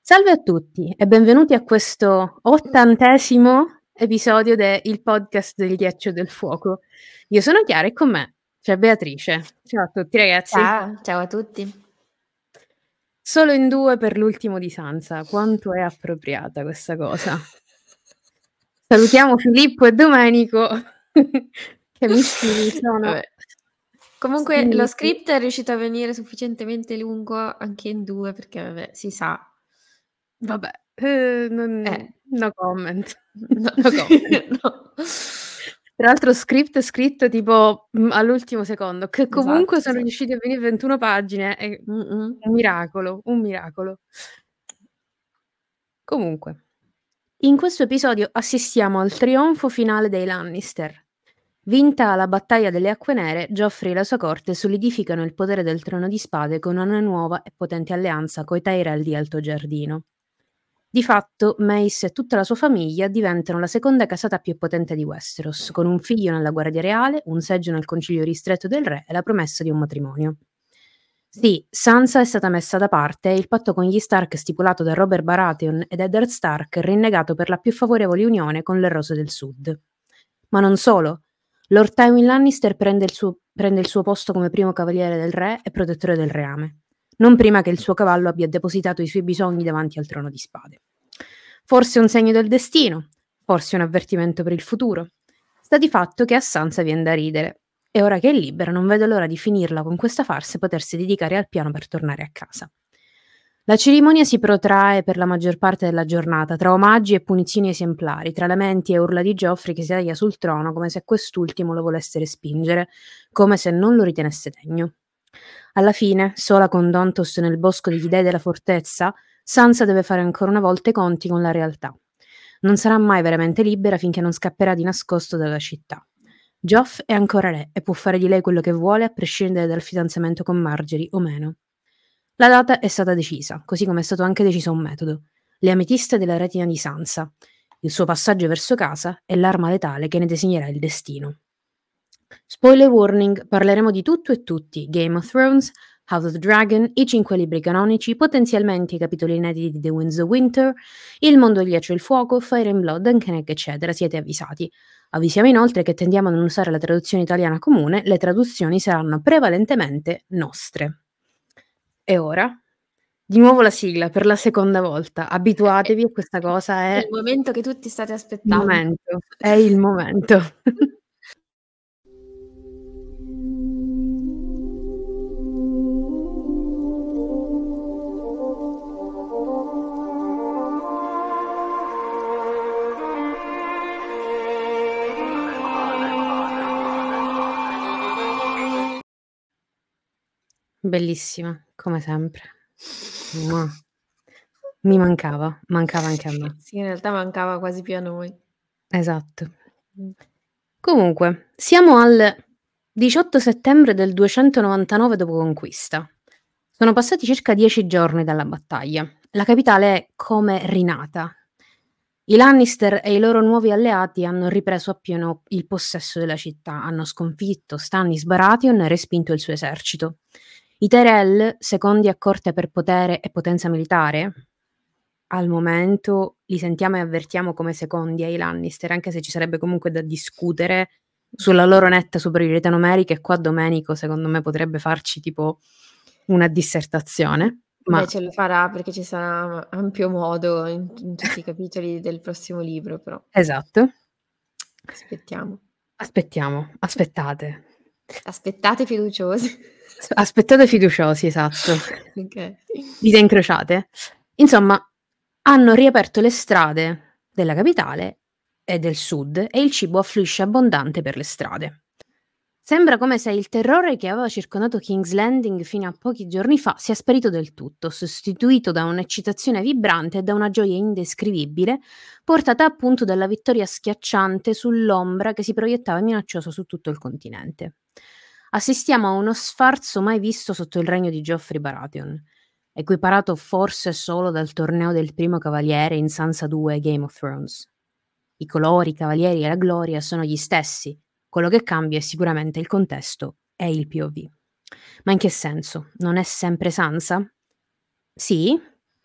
Salve a tutti e benvenuti a questo 80° episodio de Il podcast del ghiaccio e del fuoco. Io sono Chiara e con me c'è Beatrice. Ciao a tutti ragazzi. Ciao a tutti. Solo in 2 per l'ultimo di Sansa. Quanto è appropriata questa cosa. Salutiamo Filippo e Domenico che misti sono. Vabbè. Comunque lo Spinti. script è riuscito a venire sufficientemente lungo anche in 2 perché vabbè, si sa. Vabbè, no comment. No, No comment. no. Tra l'altro script scritto tipo, all'ultimo secondo, che comunque sono Esatto. riusciti a venire 21 pagine, è Mh-mh. un miracolo, un miracolo. Comunque, in questo episodio assistiamo al trionfo finale dei Lannister. Vinta la battaglia delle Acque Nere, Joffrey e la sua corte solidificano il potere del Trono di Spade con una nuova e potente alleanza coi Tyrell di Altogiardino. Di fatto, Mace e tutta la sua famiglia diventano la seconda casata più potente di Westeros, con un figlio nella Guardia Reale, un seggio nel Concilio Ristretto del Re e la promessa di un matrimonio. Sì, Sansa è stata messa da parte e il patto con gli Stark stipulato da Robert Baratheon ed Eddard Stark è rinnegato per la più favorevole unione con le Rose del Sud. Ma non solo. Lord Tywin Lannister prende il suo posto come primo cavaliere del re e protettore del reame, non prima che il suo cavallo abbia depositato i suoi bisogni davanti al trono di spade. Forse un segno del destino, forse un avvertimento per il futuro. Sta di fatto che a Sansa viene da ridere, e ora che è libera non vede l'ora di finirla con questa farsa e potersi dedicare al piano per tornare a casa. La cerimonia si protrae per la maggior parte della giornata, tra omaggi e punizioni esemplari, tra lamenti e urla di Joffrey che si taglia sul trono come se quest'ultimo lo volesse respingere, come se non lo ritenesse degno. Alla fine, sola con Dontos nel bosco degli dei della fortezza, Sansa deve fare ancora una volta i conti con la realtà. Non sarà mai veramente libera finché non scapperà di nascosto dalla città. Joff è ancora re e può fare di lei quello che vuole a prescindere dal fidanzamento con Marjorie o meno. La data è stata decisa, così come è stato anche deciso un metodo: le ametiste della retina di Sansa, il suo passaggio verso casa e l'arma letale che ne disegnerà il destino. Spoiler warning, parleremo di tutto e tutti: Game of Thrones, House of the Dragon, i 5 libri canonici, potenzialmente i capitoli inediti di The Winds of Winter, il mondo del ghiaccio e il fuoco, Fire and Blood, Uncanny, eccetera, siete avvisati. Avvisiamo inoltre che tendiamo a non usare la traduzione italiana comune, le traduzioni saranno prevalentemente nostre. E ora? Di nuovo la sigla per la seconda volta. Abituatevi a questa cosa, È è il momento che tutti state il aspettando. momento, è il momento. Bellissima, come sempre. Mua. Mi mancava anche a me. Sì, in realtà mancava quasi più a noi. Esatto. Comunque, siamo al 18 settembre del 299 dopo conquista. Sono passati circa 10 giorni dalla battaglia. La capitale è come rinata. I Lannister e i loro nuovi alleati hanno ripreso appieno il possesso della città, hanno sconfitto Stannis Baratheon e respinto il suo esercito. I Tyrell, secondi a corte per potere e potenza militare, al momento li sentiamo e avvertiamo come secondi ai Lannister, anche se ci sarebbe comunque da discutere sulla loro netta superiorità numerica, e qua Domenico secondo me potrebbe farci tipo una dissertazione, ma Beh, ce lo farà perché ci sarà ampio modo in tutti i capitoli del prossimo libro, però esatto. aspettiamo. Aspettate. Aspettate fiduciosi. Aspettate fiduciosi, esatto. Okay. Dita incrociate. Insomma, hanno riaperto le strade della capitale e del sud e il cibo affluisce abbondante per le strade. Sembra come se il terrore che aveva circondato King's Landing fino a pochi giorni fa sia sparito del tutto, sostituito da un'eccitazione vibrante e da una gioia indescrivibile, portata appunto dalla vittoria schiacciante sull'ombra che si proiettava minacciosa su tutto il continente. Assistiamo a uno sfarzo mai visto sotto il regno di Joffrey Baratheon, equiparato forse solo dal torneo del primo cavaliere in Sansa 2 Game of Thrones. I colori, i cavalieri e la gloria sono gli stessi. Quello che cambia è sicuramente il contesto e il POV. Ma in che senso? Non è sempre Sansa? Sì,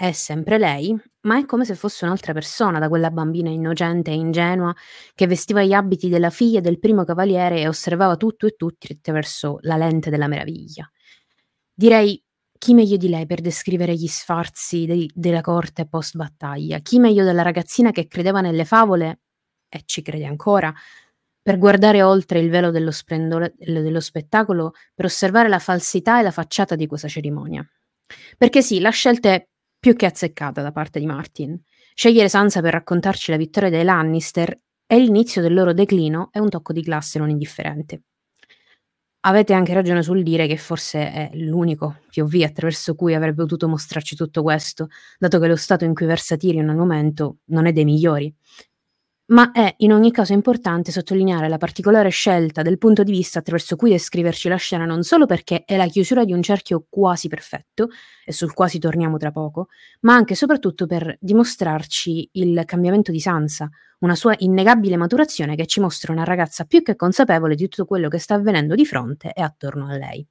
è sempre lei, ma è come se fosse un'altra persona da quella bambina innocente e ingenua che vestiva gli abiti della figlia del primo cavaliere e osservava tutto e tutti attraverso la lente della meraviglia. Direi chi meglio di lei per descrivere gli sfarzi della corte post battaglia? Chi meglio della ragazzina che credeva nelle favole e ci crede ancora, per guardare oltre il velo dello splendore dello spettacolo, per osservare la falsità e la facciata di questa cerimonia. Perché sì, la scelta è più che azzeccata da parte di Martin. Scegliere Sansa per raccontarci la vittoria dei Lannister e l'inizio del loro declino è un tocco di classe non indifferente. Avete anche ragione sul dire che forse è l'unico POV attraverso cui avrebbe potuto mostrarci tutto questo, dato che lo stato in cui versa Tyrion al momento non è dei migliori. Ma è in ogni caso importante sottolineare la particolare scelta del punto di vista attraverso cui descriverci la scena, non solo perché è la chiusura di un cerchio quasi perfetto, e sul quasi torniamo tra poco, ma anche e soprattutto per dimostrarci il cambiamento di Sansa, una sua innegabile maturazione che ci mostra una ragazza più che consapevole di tutto quello che sta avvenendo di fronte e attorno a lei.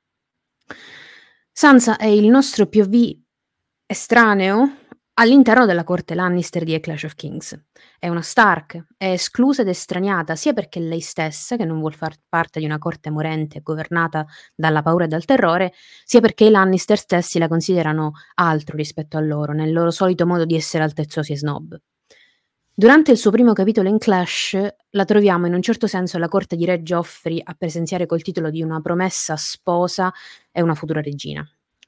Sansa è il nostro POV estraneo all'interno della corte Lannister di A Clash of Kings. È una Stark, è esclusa ed estraniata sia perché lei stessa, che non vuol far parte di una corte morente governata dalla paura e dal terrore, sia perché i Lannister stessi la considerano altro rispetto a loro, nel loro solito modo di essere altezzosi e snob. Durante il suo primo capitolo in Clash la troviamo in un certo senso alla corte di Re Joffrey a presenziare col titolo di una promessa sposa e una futura regina.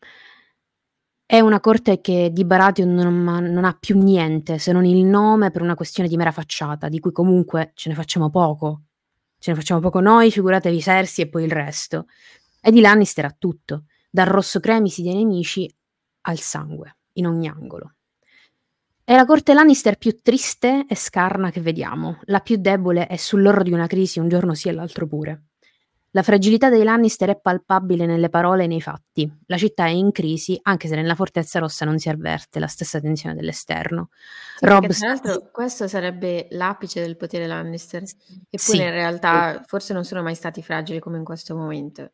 È una corte che di Baratheon non ha più niente, se non il nome per una questione di mera facciata, di cui comunque ce ne facciamo poco. Ce ne facciamo poco noi, figuratevi Cersei e poi il resto. E di Lannister ha tutto, dal rosso cremisi dei nemici al sangue, in ogni angolo. È la corte Lannister più triste e scarna che vediamo, la più debole è sull'orlo di una crisi un giorno sì e l'altro pure. La fragilità dei Lannister è palpabile nelle parole e nei fatti. La città è in crisi, anche se nella Fortezza Rossa non si avverte la stessa tensione dell'esterno. Sì, Robb perché tra sta l'altro questo sarebbe l'apice del potere Lannister, eppure in sì, realtà forse non sono mai stati fragili come in questo momento.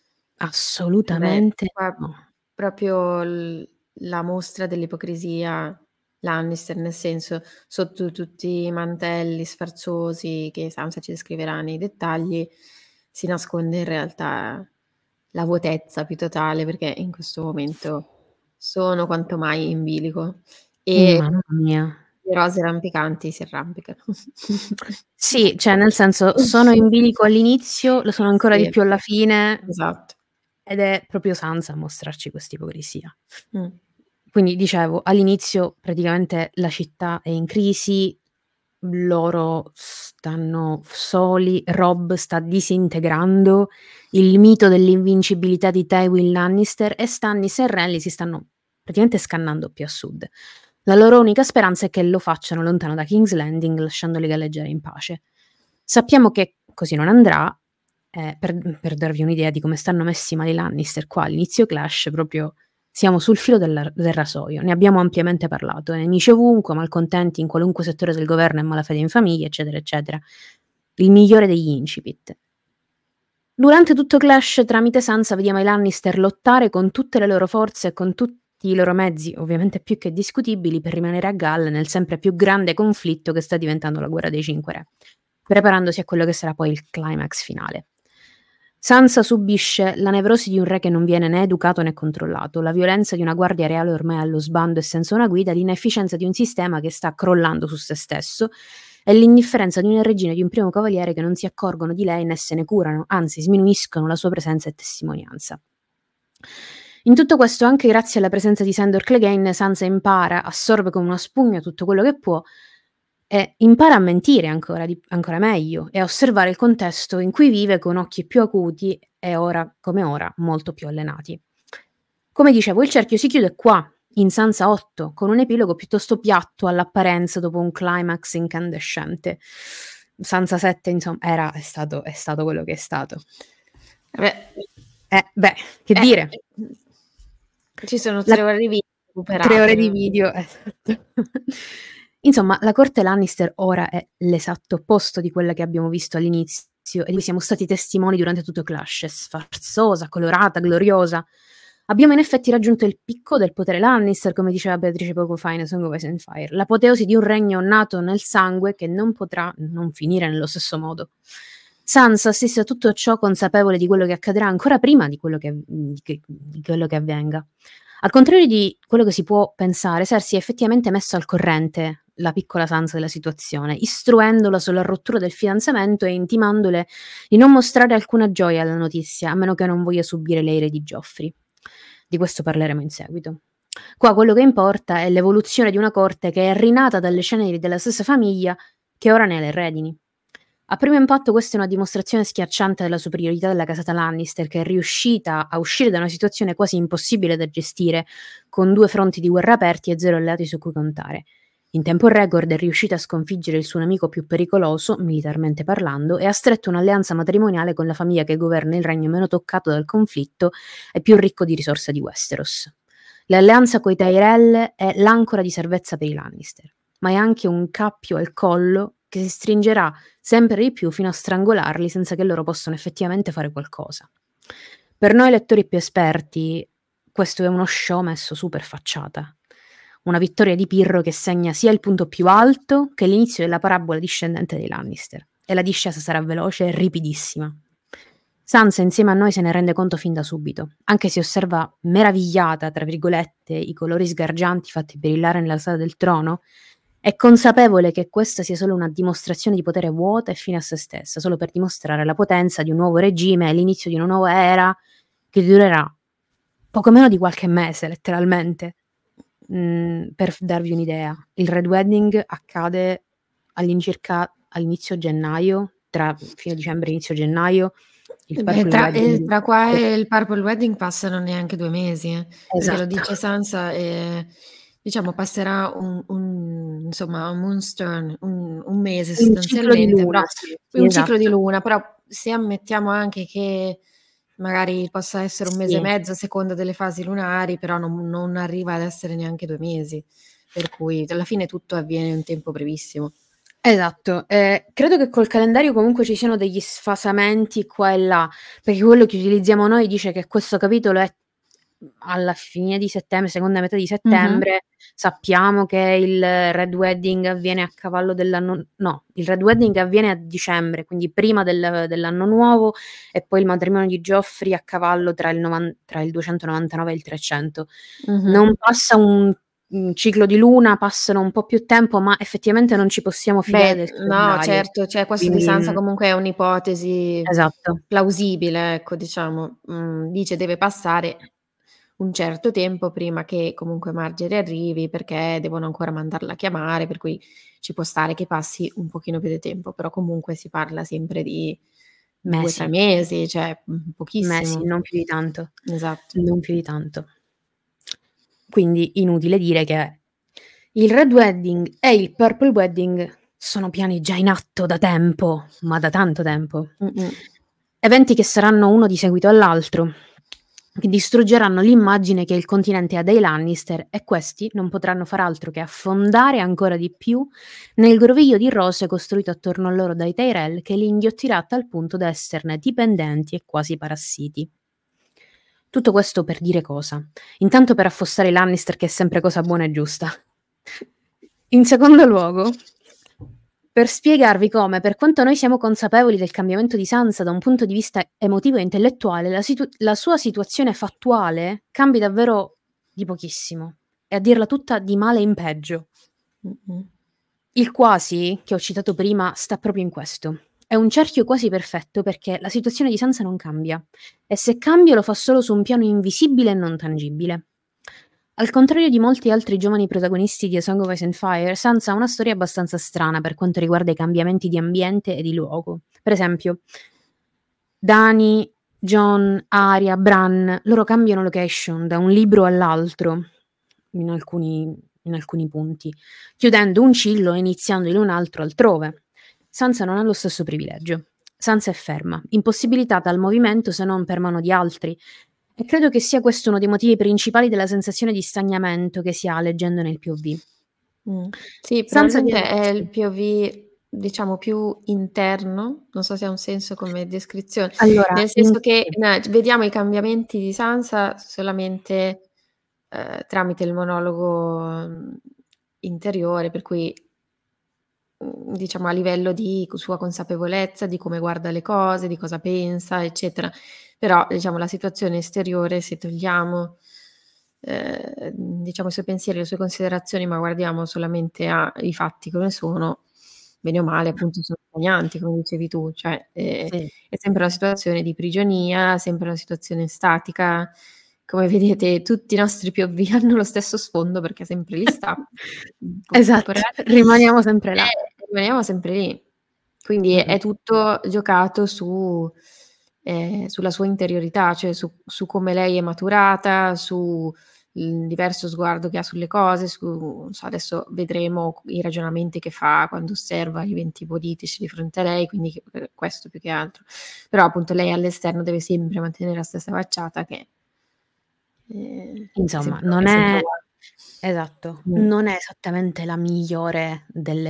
Beh, assolutamente qua no. proprio la mostra dell'ipocrisia Lannister, nel senso, sotto tutti i mantelli sfarzosi che Sansa ci descriverà nei dettagli, si nasconde in realtà la vuotezza più totale, perché in questo momento sono quanto mai in bilico e Mamma mia. le rose rampicanti si arrampicano. Sì, cioè nel senso sono in bilico all'inizio, lo sono ancora di Sì, più alla fine, esatto. ed è proprio Sansa a mostrarci quest'ipocrisia. Mh. Quindi dicevo, all'inizio praticamente la città è in crisi, loro stanno soli, Robb sta disintegrando, il mito dell'invincibilità di Tywin Lannister e Stannis e Renly si stanno praticamente scannando più a sud. La loro unica speranza è che lo facciano lontano da King's Landing, lasciandoli galleggiare in pace. Sappiamo che così non andrà, per darvi un'idea di come stanno messi male i Lannister qua all'inizio Clash, proprio siamo sul filo del rasoio, ne abbiamo ampiamente parlato, nemici ovunque, malcontenti in qualunque settore del governo e malafede in famiglia, eccetera, eccetera. Il migliore degli incipit. Durante tutto Clash, tramite Sansa, vediamo i Lannister lottare con tutte le loro forze e con tutti i loro mezzi, ovviamente più che discutibili, per rimanere a galla nel sempre più grande conflitto che sta diventando la guerra dei Cinque Re, preparandosi a quello che sarà poi il climax finale. Sansa subisce la nevrosi di un re che non viene né educato né controllato, la violenza di una guardia reale ormai allo sbando e senza una guida, l'inefficienza di un sistema che sta crollando su se stesso e l'indifferenza di una regina e di un primo cavaliere che non si accorgono di lei né se ne curano, anzi sminuiscono la sua presenza e testimonianza. In tutto questo, anche grazie alla presenza di Sandor Clegane, Sansa impara, assorbe come una spugna tutto quello che può e impara a mentire ancora meglio e a osservare il contesto in cui vive con occhi più acuti e ora, come ora, molto più allenati. Come dicevo, il cerchio si chiude qua, in Sansa 8, con un epilogo piuttosto piatto all'apparenza dopo un climax incandescente. Sansa 7, insomma, è stato quello che è stato. Beh, Beh, che dire? ci sono La 3 ore di video 3 ore recuperate. di video, esatto. Insomma, la corte Lannister ora è l'esatto opposto di quella che abbiamo visto all'inizio e di cui siamo stati testimoni durante tutto Clash. È sfarzosa, colorata, gloriosa. Abbiamo in effetti raggiunto il picco del potere Lannister, come diceva Beatrice poco fa in A Song of Ice and Fire, l'apoteosi di un regno nato nel sangue che non potrà non finire nello stesso modo. Sansa assiste a tutto ciò consapevole di quello che accadrà ancora prima di quello che avvenga. Al contrario di quello che si può pensare, Cersei è effettivamente messa al corrente la piccola Sansa della situazione, istruendola sulla rottura del fidanzamento e intimandole di non mostrare alcuna gioia alla notizia, a meno che non voglia subire le ire di Joffrey. Di questo parleremo in seguito. Qua quello che importa è l'evoluzione di una corte che è rinata dalle ceneri della stessa famiglia che ora ne ha le redini. A primo impatto questa è una dimostrazione schiacciante della superiorità della casata Lannister, che è riuscita a uscire da una situazione quasi impossibile da gestire, con 2 fronti di guerra aperti e 0 alleati su cui contare. In tempo record è riuscita a sconfiggere il suo nemico più pericoloso, militarmente parlando, e ha stretto un'alleanza matrimoniale con la famiglia che governa il regno meno toccato dal conflitto e più ricco di risorse di Westeros. L'alleanza coi Tyrell è l'ancora di salvezza per i Lannister, ma è anche un cappio al collo che si stringerà sempre di più fino a strangolarli senza che loro possano effettivamente fare qualcosa. Per noi lettori più esperti, questo è uno show messo su per facciata. Una vittoria di Pirro che segna sia il punto più alto che l'inizio della parabola discendente dei Lannister. E la discesa sarà veloce e ripidissima. Sansa insieme a noi se ne rende conto fin da subito, anche se osserva meravigliata, tra virgolette, i colori sgargianti fatti brillare nella sala del trono, è consapevole che questa sia solo una dimostrazione di potere vuota e fine a se stessa, solo per dimostrare la potenza di un nuovo regime e l'inizio di una nuova era che durerà poco meno di qualche mese, letteralmente. Per darvi un'idea, il Red Wedding accade all'incirca all'inizio gennaio, tra fine dicembre e inizio gennaio. Il Purple Wedding Tra qua e il Purple Wedding passano neanche 2 mesi, perché lo esatto. dice Sansa e diciamo passerà insomma un moonstone, un mese Un ciclo di sostanzialmente, luna, però sì, sì, un ciclo di esatto. luna, però se ammettiamo anche che magari possa essere 1 mese e Sì. mezzo a seconda delle fasi lunari, però non arriva ad essere neanche 2 mesi, per cui alla fine tutto avviene in un tempo brevissimo. Esatto, credo che col calendario comunque ci siano degli sfasamenti qua e là, perché quello che utilizziamo noi dice che questo capitolo è alla fine di settembre, seconda metà di Mh-mh. settembre. Sappiamo che il Red Wedding avviene a cavallo dell'anno no, il Red Wedding avviene a dicembre, quindi prima dell'anno nuovo, e poi il matrimonio di Joffrey a cavallo tra il 299 e il 300. Mh-mh. Non passa un ciclo di luna, passano un po' più tempo, ma effettivamente non ci possiamo fidare Beh, del no, calendario. certo, cioè questo di Quindi Sansa comunque è un'ipotesi esatto. plausibile, ecco, diciamo. Dice deve passare un certo tempo prima che comunque Margaery arrivi, perché devono ancora mandarla a chiamare, per cui ci può stare che passi un pochino più di tempo, però comunque si parla sempre di 2, 3 Mesi, mesi, cioè, mesi, pochissimo. non più di tanto, Esatto. non più di tanto. Quindi inutile dire che il Red Wedding e il Purple Wedding sono piani già in atto da tempo, ma da tanto tempo. Mh-mh. Eventi che saranno uno di seguito all'altro, che distruggeranno l'immagine che il continente ha dei Lannister, e questi non potranno far altro che affondare ancora di più nel groviglio di rose costruito attorno a loro dai Tyrell, che li inghiottirà a tal punto da esserne dipendenti e quasi parassiti. Tutto questo per dire cosa? Intanto per affossare i Lannister, che è sempre cosa buona e giusta. In secondo luogo, per spiegarvi come, per quanto noi siamo consapevoli del cambiamento di Sansa da un punto di vista emotivo e intellettuale, la sua situazione fattuale cambi davvero di pochissimo, e a dirla tutta di male in peggio. Mh-mh. Il quasi, che ho citato prima, sta proprio in questo. È un cerchio quasi perfetto perché la situazione di Sansa non cambia, e se cambia lo fa solo su un piano invisibile e non tangibile. Al contrario di molti altri giovani protagonisti di A Song of Ice and Fire, Sansa ha una storia abbastanza strana per quanto riguarda i cambiamenti di ambiente e di luogo. Per esempio, Dany, Jon, Arya, Bran, loro cambiano location da un libro all'altro in alcuni punti, chiudendo un ciclo e iniziando in un altro altrove. Sansa non ha lo stesso privilegio. Sansa è ferma, impossibilitata al movimento se non per mano di altri, e credo che sia questo uno dei motivi principali della sensazione di stagnamento che si ha leggendo nel POV. Mh. Sì, Sansa probabilmente viene è il sì. POV diciamo più interno, non so se ha un senso come descrizione, Allora, nel senso che vediamo i cambiamenti di Sansa solamente, tramite il monologo, interiore, per cui, diciamo a livello di sua consapevolezza, di come guarda le cose, di cosa pensa, eccetera. Però, diciamo la situazione esteriore, se togliamo, diciamo i suoi pensieri, le sue considerazioni, ma guardiamo solamente a i fatti come sono, bene o male appunto sono stagnanti, come dicevi tu, cioè, sì. è sempre una situazione di prigionia, sempre una situazione statica. Come vedete tutti i nostri POV hanno lo stesso sfondo perché sempre lì sta, Esatto, contemporaneamente, rimaniamo sempre là. rimaniamo sempre lì. Quindi Mh-mh. è tutto giocato sulla sua interiorità, cioè su come lei è maturata, su il diverso sguardo che ha sulle cose, su non so, adesso vedremo i ragionamenti che fa quando osserva i eventi politici di fronte a lei, quindi questo più che altro. Però appunto lei all'esterno deve sempre mantenere la stessa facciata che Insomma, è non sempre è uguale. esatto, Mh. non è esattamente la migliore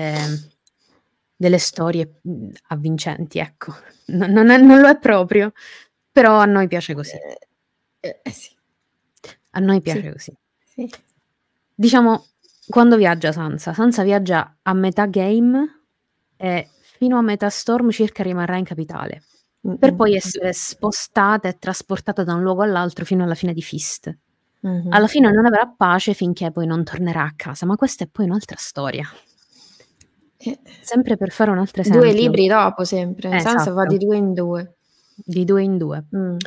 delle storie, avvincenti, ecco. Non lo è proprio, però a noi piace così. Ehm, sì. A noi Sì, piace così. sì. Diciamo, quando viaggia Sansa? Sansa viaggia a metà game e fino a metà Storm circa rimarrà in capitale, per Mh-mh. poi essere spostata e trasportata da un luogo all'altro fino alla fine di Feast. Mh-mh. Alla fine non avrà pace finché poi non tornerà a casa, ma questa è poi un'altra storia. Eh. Sempre per fare un altro 2 esempio. libri dopo sempre. Sansa va Esatto, di 2 in 2. di 2 in 2. Mh.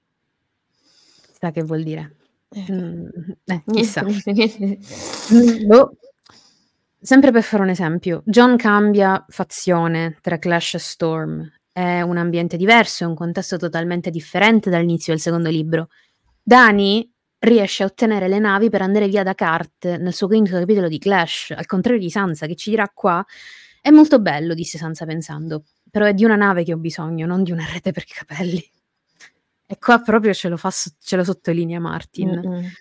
Chissà che vuol dire. Beh. Niente, Chissà. niente, niente. Boh. Sempre per fare un esempio, Jon cambia fazione tra Clash e Storm. È un ambiente diverso, è un contesto totalmente differente dall'inizio del secondo libro. Dany riesce a ottenere le navi per andare via da Cart nel suo quinto capitolo di Clash, al contrario di Sansa che ci dirà qua: "È molto bello", disse Sansa pensando, "però è di una nave che ho bisogno, non di una rete per i capelli". E qua proprio ce lo sottolinea Martin. Mh-mh.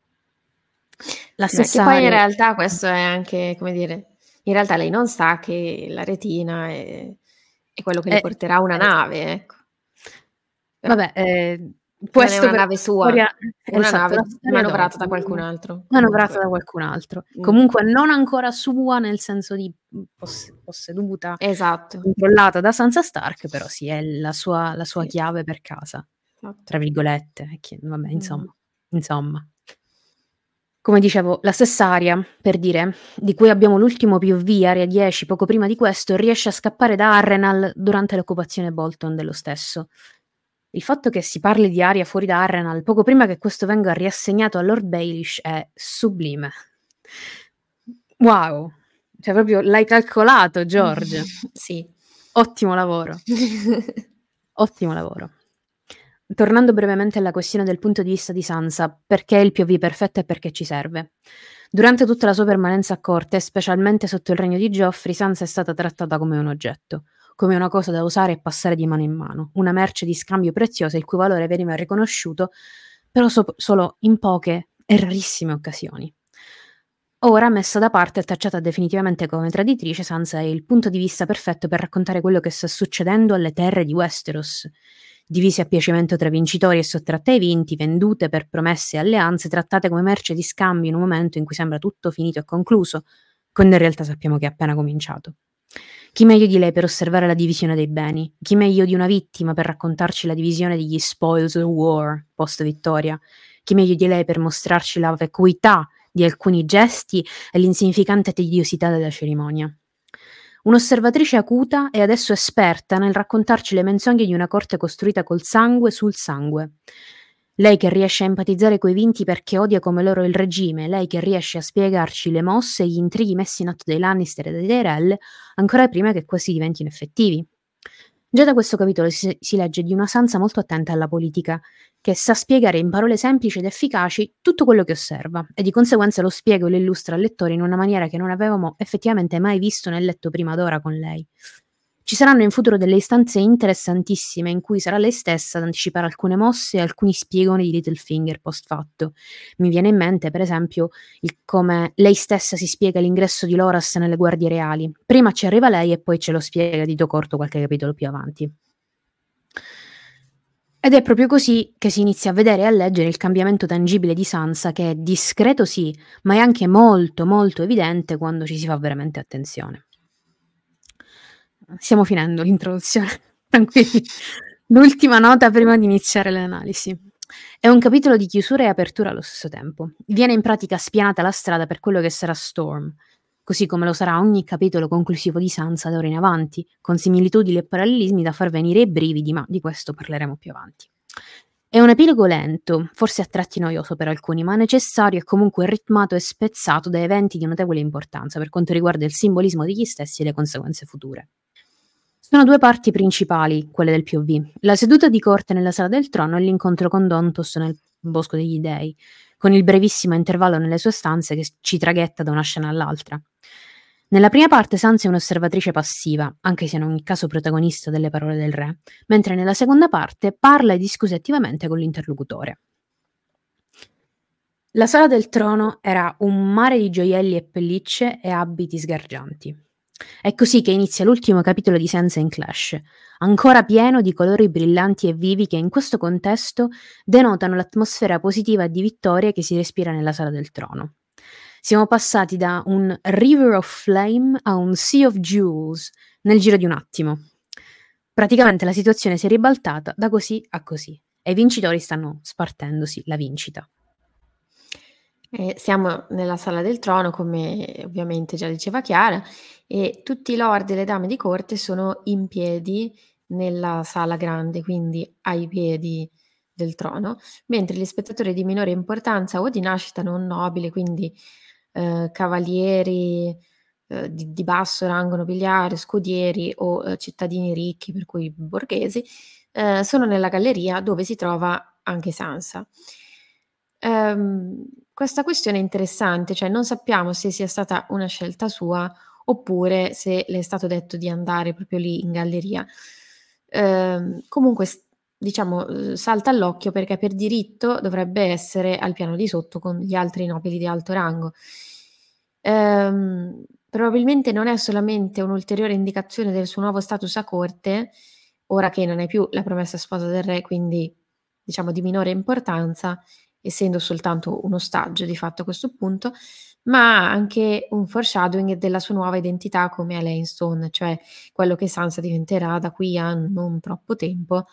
La Beh, che stessa poi in aria realtà questo è anche, come dire, in realtà lei non sa che la retina è quello che le eh, porterà una esa nave, ecco. Però vabbè, non è questo una per nave la sua, storia è una esatto, la nave storia manovrata dopo, da qualcun altro, manovrata comunque. da qualcun altro. Mh. Comunque non ancora sua, nel senso di, posseduta, Esatto, controllata da Sansa Stark, però sì, è la sua sì, chiave per casa, esatto. tra virgolette, e che vabbè, Mh-mh. insomma. Come dicevo, la stessa Arya, per dire, di cui abbiamo l'ultimo POV, Arya 10, poco prima di questo, riesce a scappare da Harrenhal durante l'occupazione Bolton dello stesso. Il fatto che si parli di Arya fuori da Harrenhal poco prima che questo venga riassegnato a Lord Baelish è sublime. Wow! Cioè proprio l'hai calcolato, George. Sì. Ottimo lavoro, ottimo lavoro. Tornando brevemente alla questione del punto di vista di Sansa, perché il POV perfetto e perché ci serve. Durante tutta la sua permanenza a corte, specialmente sotto il regno di Joffrey, Sansa è stata trattata come un oggetto, come una cosa da usare e passare di mano in mano, una merce di scambio preziosa il cui valore veniva riconosciuto, però solo in poche e rarissime occasioni. Ora, messa da parte e tacciata definitivamente come traditrice, Sansa è il punto di vista perfetto per raccontare quello che sta succedendo alle terre di Westeros, divise a piacimento tra vincitori e sottratte ai vinti, vendute per promesse e alleanze, trattate come merce di scambio in un momento in cui sembra tutto finito e concluso, quando in realtà sappiamo che è appena cominciato. Chi meglio di lei per osservare la divisione dei beni? Chi meglio di una vittima per raccontarci la divisione degli spoils of war post vittoria? Chi meglio di lei per mostrarci la vacuità di alcuni gesti e l'insignificante tediosità della cerimonia? Un'osservatrice acuta e adesso esperta nel raccontarci le menzogne di una corte costruita col sangue sul sangue. Lei che riesce a empatizzare coi vinti perché odia come loro il regime, lei che riesce a spiegarci le mosse e gli intrighi messi in atto dai Lannister e dai Tyrell ancora prima che questi diventino effettivi. Già da questo capitolo si legge di una Sansa molto attenta alla politica, che sa spiegare in parole semplici ed efficaci tutto quello che osserva e di conseguenza lo spiega o lo illustra al lettore in una maniera che non avevamo effettivamente mai visto né letto prima d'ora con lei. Ci saranno in futuro delle istanze interessantissime in cui sarà lei stessa ad anticipare alcune mosse e alcuni spiegoni di Littlefinger post fatto. Mi viene in mente, per esempio, come lei stessa si spiega l'ingresso di Loras nelle guardie reali. Prima ci arriva lei e poi ce lo spiega Dito Corto qualche capitolo più avanti. Ed è proprio così che si inizia a vedere e a leggere il cambiamento tangibile di Sansa, che è discreto sì, ma è anche molto molto evidente quando ci si fa veramente attenzione. Stiamo finendo l'introduzione, tranquilli. L'ultima nota prima di iniziare l'analisi. È un capitolo di chiusura e apertura allo stesso tempo. Viene in pratica spianata la strada per quello che sarà Storm, così come lo sarà ogni capitolo conclusivo di Sansa da ora in avanti, con similitudini e parallelismi da far venire i brividi, ma di questo parleremo più avanti. È un epilogo lento, forse a tratti noioso per alcuni, ma necessario e comunque ritmato e spezzato da eventi di notevole importanza per quanto riguarda il simbolismo degli stessi e le conseguenze future. Sono due parti principali, quelle del POV: la seduta di corte nella Sala del Trono e l'incontro con Dontos nel Bosco degli Dei, con il brevissimo intervallo nelle sue stanze che ci traghetta da una scena all'altra. Nella prima parte Sansa è un'osservatrice passiva, anche se in ogni caso protagonista delle parole del re, mentre nella seconda parte parla e discute attivamente con l'interlocutore. La Sala del Trono era un mare di gioielli e pellicce e abiti sgargianti. È così che inizia l'ultimo capitolo di Sansa in Clash, ancora pieno di colori brillanti e vivi che in questo contesto denotano l'atmosfera positiva di vittoria che si respira nella Sala del Trono. Siamo passati da un River of Flame a un Sea of Jewels nel giro di un attimo. Praticamente la situazione si è ribaltata da così a così e i vincitori stanno spartendosi la vincita. Siamo nella Sala del Trono, come ovviamente già diceva Chiara, e tutti i lord e le dame di corte sono in piedi nella sala grande, quindi ai piedi del trono, mentre gli spettatori di minore importanza o di nascita non nobile, quindi cavalieri di basso rango nobiliare, scudieri o cittadini ricchi, per cui borghesi, sono nella galleria dove si trova anche Sansa. Questa questione è interessante, cioè non sappiamo se sia stata una scelta sua oppure se le è stato detto di andare proprio lì in galleria. Comunque diciamo, salta all'occhio perché per diritto dovrebbe essere al piano di sotto con gli altri nobili di alto rango. Probabilmente non è solamente un'ulteriore indicazione del suo nuovo status a corte, ora che non è più la promessa sposa del re, quindi diciamo di minore importanza, essendo soltanto un ostaggio di fatto a questo punto, ma anche un foreshadowing della sua nuova identità come Alayne Stone, cioè quello che Sansa diventerà da qui a non troppo tempo,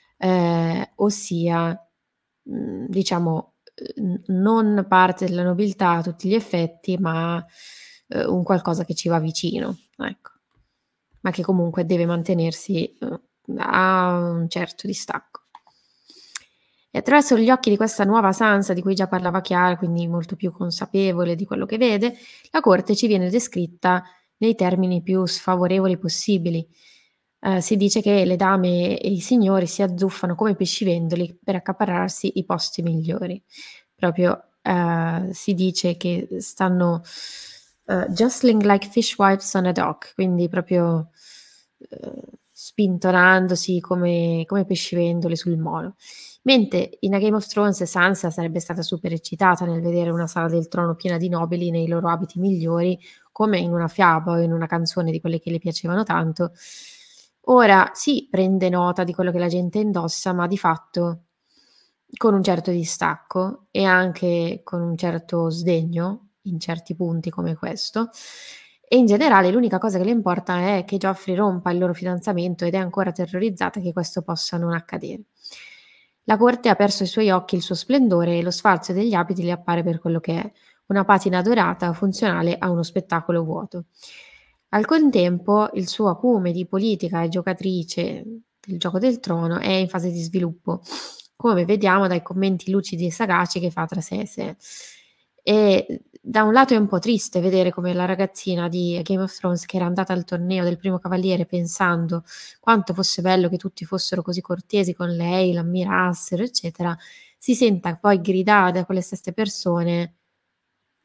ossia, diciamo, non parte della nobiltà a tutti gli effetti, ma, un qualcosa che ci va vicino, ecco, ma che comunque deve mantenersi, a un certo distacco. E attraverso gli occhi di questa nuova Sansa di cui già parlava Chiara, quindi molto più consapevole di quello che vede, la corte ci viene descritta nei termini più sfavorevoli possibili. Si dice che le dame e i signori si azzuffano come pescivendoli per accaparrarsi i posti migliori. Proprio, si dice che stanno, jostling like fishwives on a dock, quindi proprio, spintonandosi come pescivendoli sul molo. Mentre in A Game of Thrones Sansa sarebbe stata super eccitata nel vedere una Sala del Trono piena di nobili nei loro abiti migliori, come in una fiaba o in una canzone di quelle che le piacevano tanto. Ora sì, prende nota di quello che la gente indossa, ma di fatto con un certo distacco e anche con un certo sdegno, in certi punti come questo. E in generale l'unica cosa che le importa è che Joffrey rompa il loro fidanzamento ed è ancora terrorizzata che questo possa non accadere. La corte ha perso ai suoi occhi il suo splendore e lo sfalso degli abiti le appare per quello che è, una patina dorata funzionale a uno spettacolo vuoto. Al contempo, il suo acume di politica e giocatrice del Gioco del Trono è in fase di sviluppo, come vediamo dai commenti lucidi e sagaci che fa tra sé e sé. E da un lato è un po' triste vedere come la ragazzina di Game of Thrones, che era andata al torneo del Primo Cavaliere pensando quanto fosse bello che tutti fossero così cortesi con lei, l'ammirassero, eccetera, si senta poi gridare da quelle stesse persone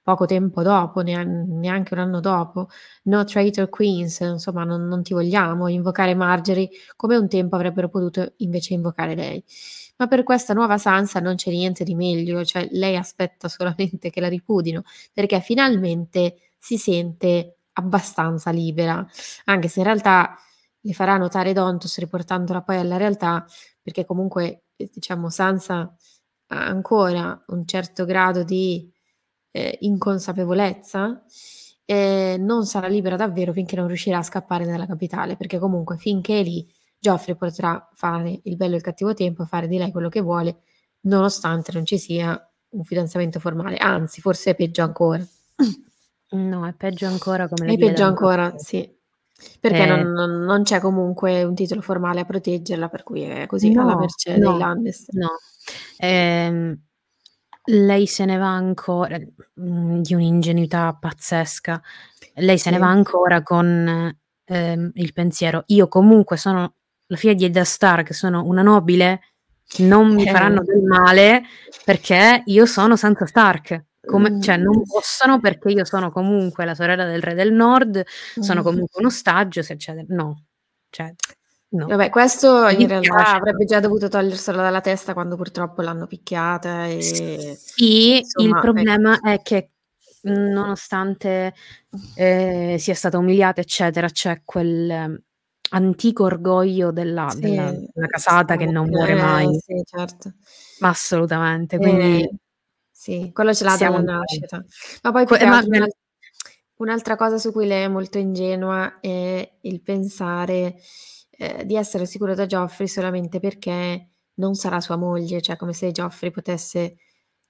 poco tempo dopo, neanche un anno dopo. No traitor queens, insomma non ti vogliamo, invocare Marjorie come un tempo avrebbero potuto invece invocare lei. Ma per questa nuova Sansa non c'è niente di meglio, cioè lei aspetta solamente che la ripudino, perché finalmente si sente abbastanza libera, anche se in realtà le farà notare Dontos riportandola poi alla realtà, perché comunque, diciamo Sansa ha ancora un certo grado di, inconsapevolezza, non sarà libera davvero finché non riuscirà a scappare dalla capitale, perché comunque finché è lì Joffrey potrà fare il bello e il cattivo tempo e fare di lei quello che vuole, nonostante non ci sia un fidanzamento formale, anzi forse è peggio ancora. No, è peggio ancora come le È vie peggio d'Andor. ancora, sì. Perché Ehm, non c'è comunque un titolo formale a proteggerla, per cui è così, alla no, mercé dei no, Lannister. no. Ehm, Lei se ne va ancora di un'ingenuità pazzesca. Lei se ne va Sì. ancora con, il pensiero: "Io comunque sono la figlia di Eddard Stark, sono una nobile, non mi faranno Eh. del male perché io sono Sansa Stark. Come cioè non Mhmm, possono perché io sono comunque la sorella del re del Nord, sono mh. comunque un ostaggio, se eccetera". No, cioè no. Vabbè, questo Mi in realtà dispiace, avrebbe già dovuto toglierselo dalla testa quando purtroppo l'hanno picchiata sì, il insomma, ecco. problema è che, nonostante, sia stata umiliata eccetera, c'è quel antico orgoglio della della Sì, della casata che non muore mai. sì, certo. Ma assolutamente, quindi Ehm, sì, quello ce l'ha stiamo dalla un po' nascita. Ma poi più che ma altro un'altra cosa su cui lei è molto ingenua è il pensare, di essere sicuro da Joffrey solamente perché non sarà sua moglie, cioè come se Joffrey potesse,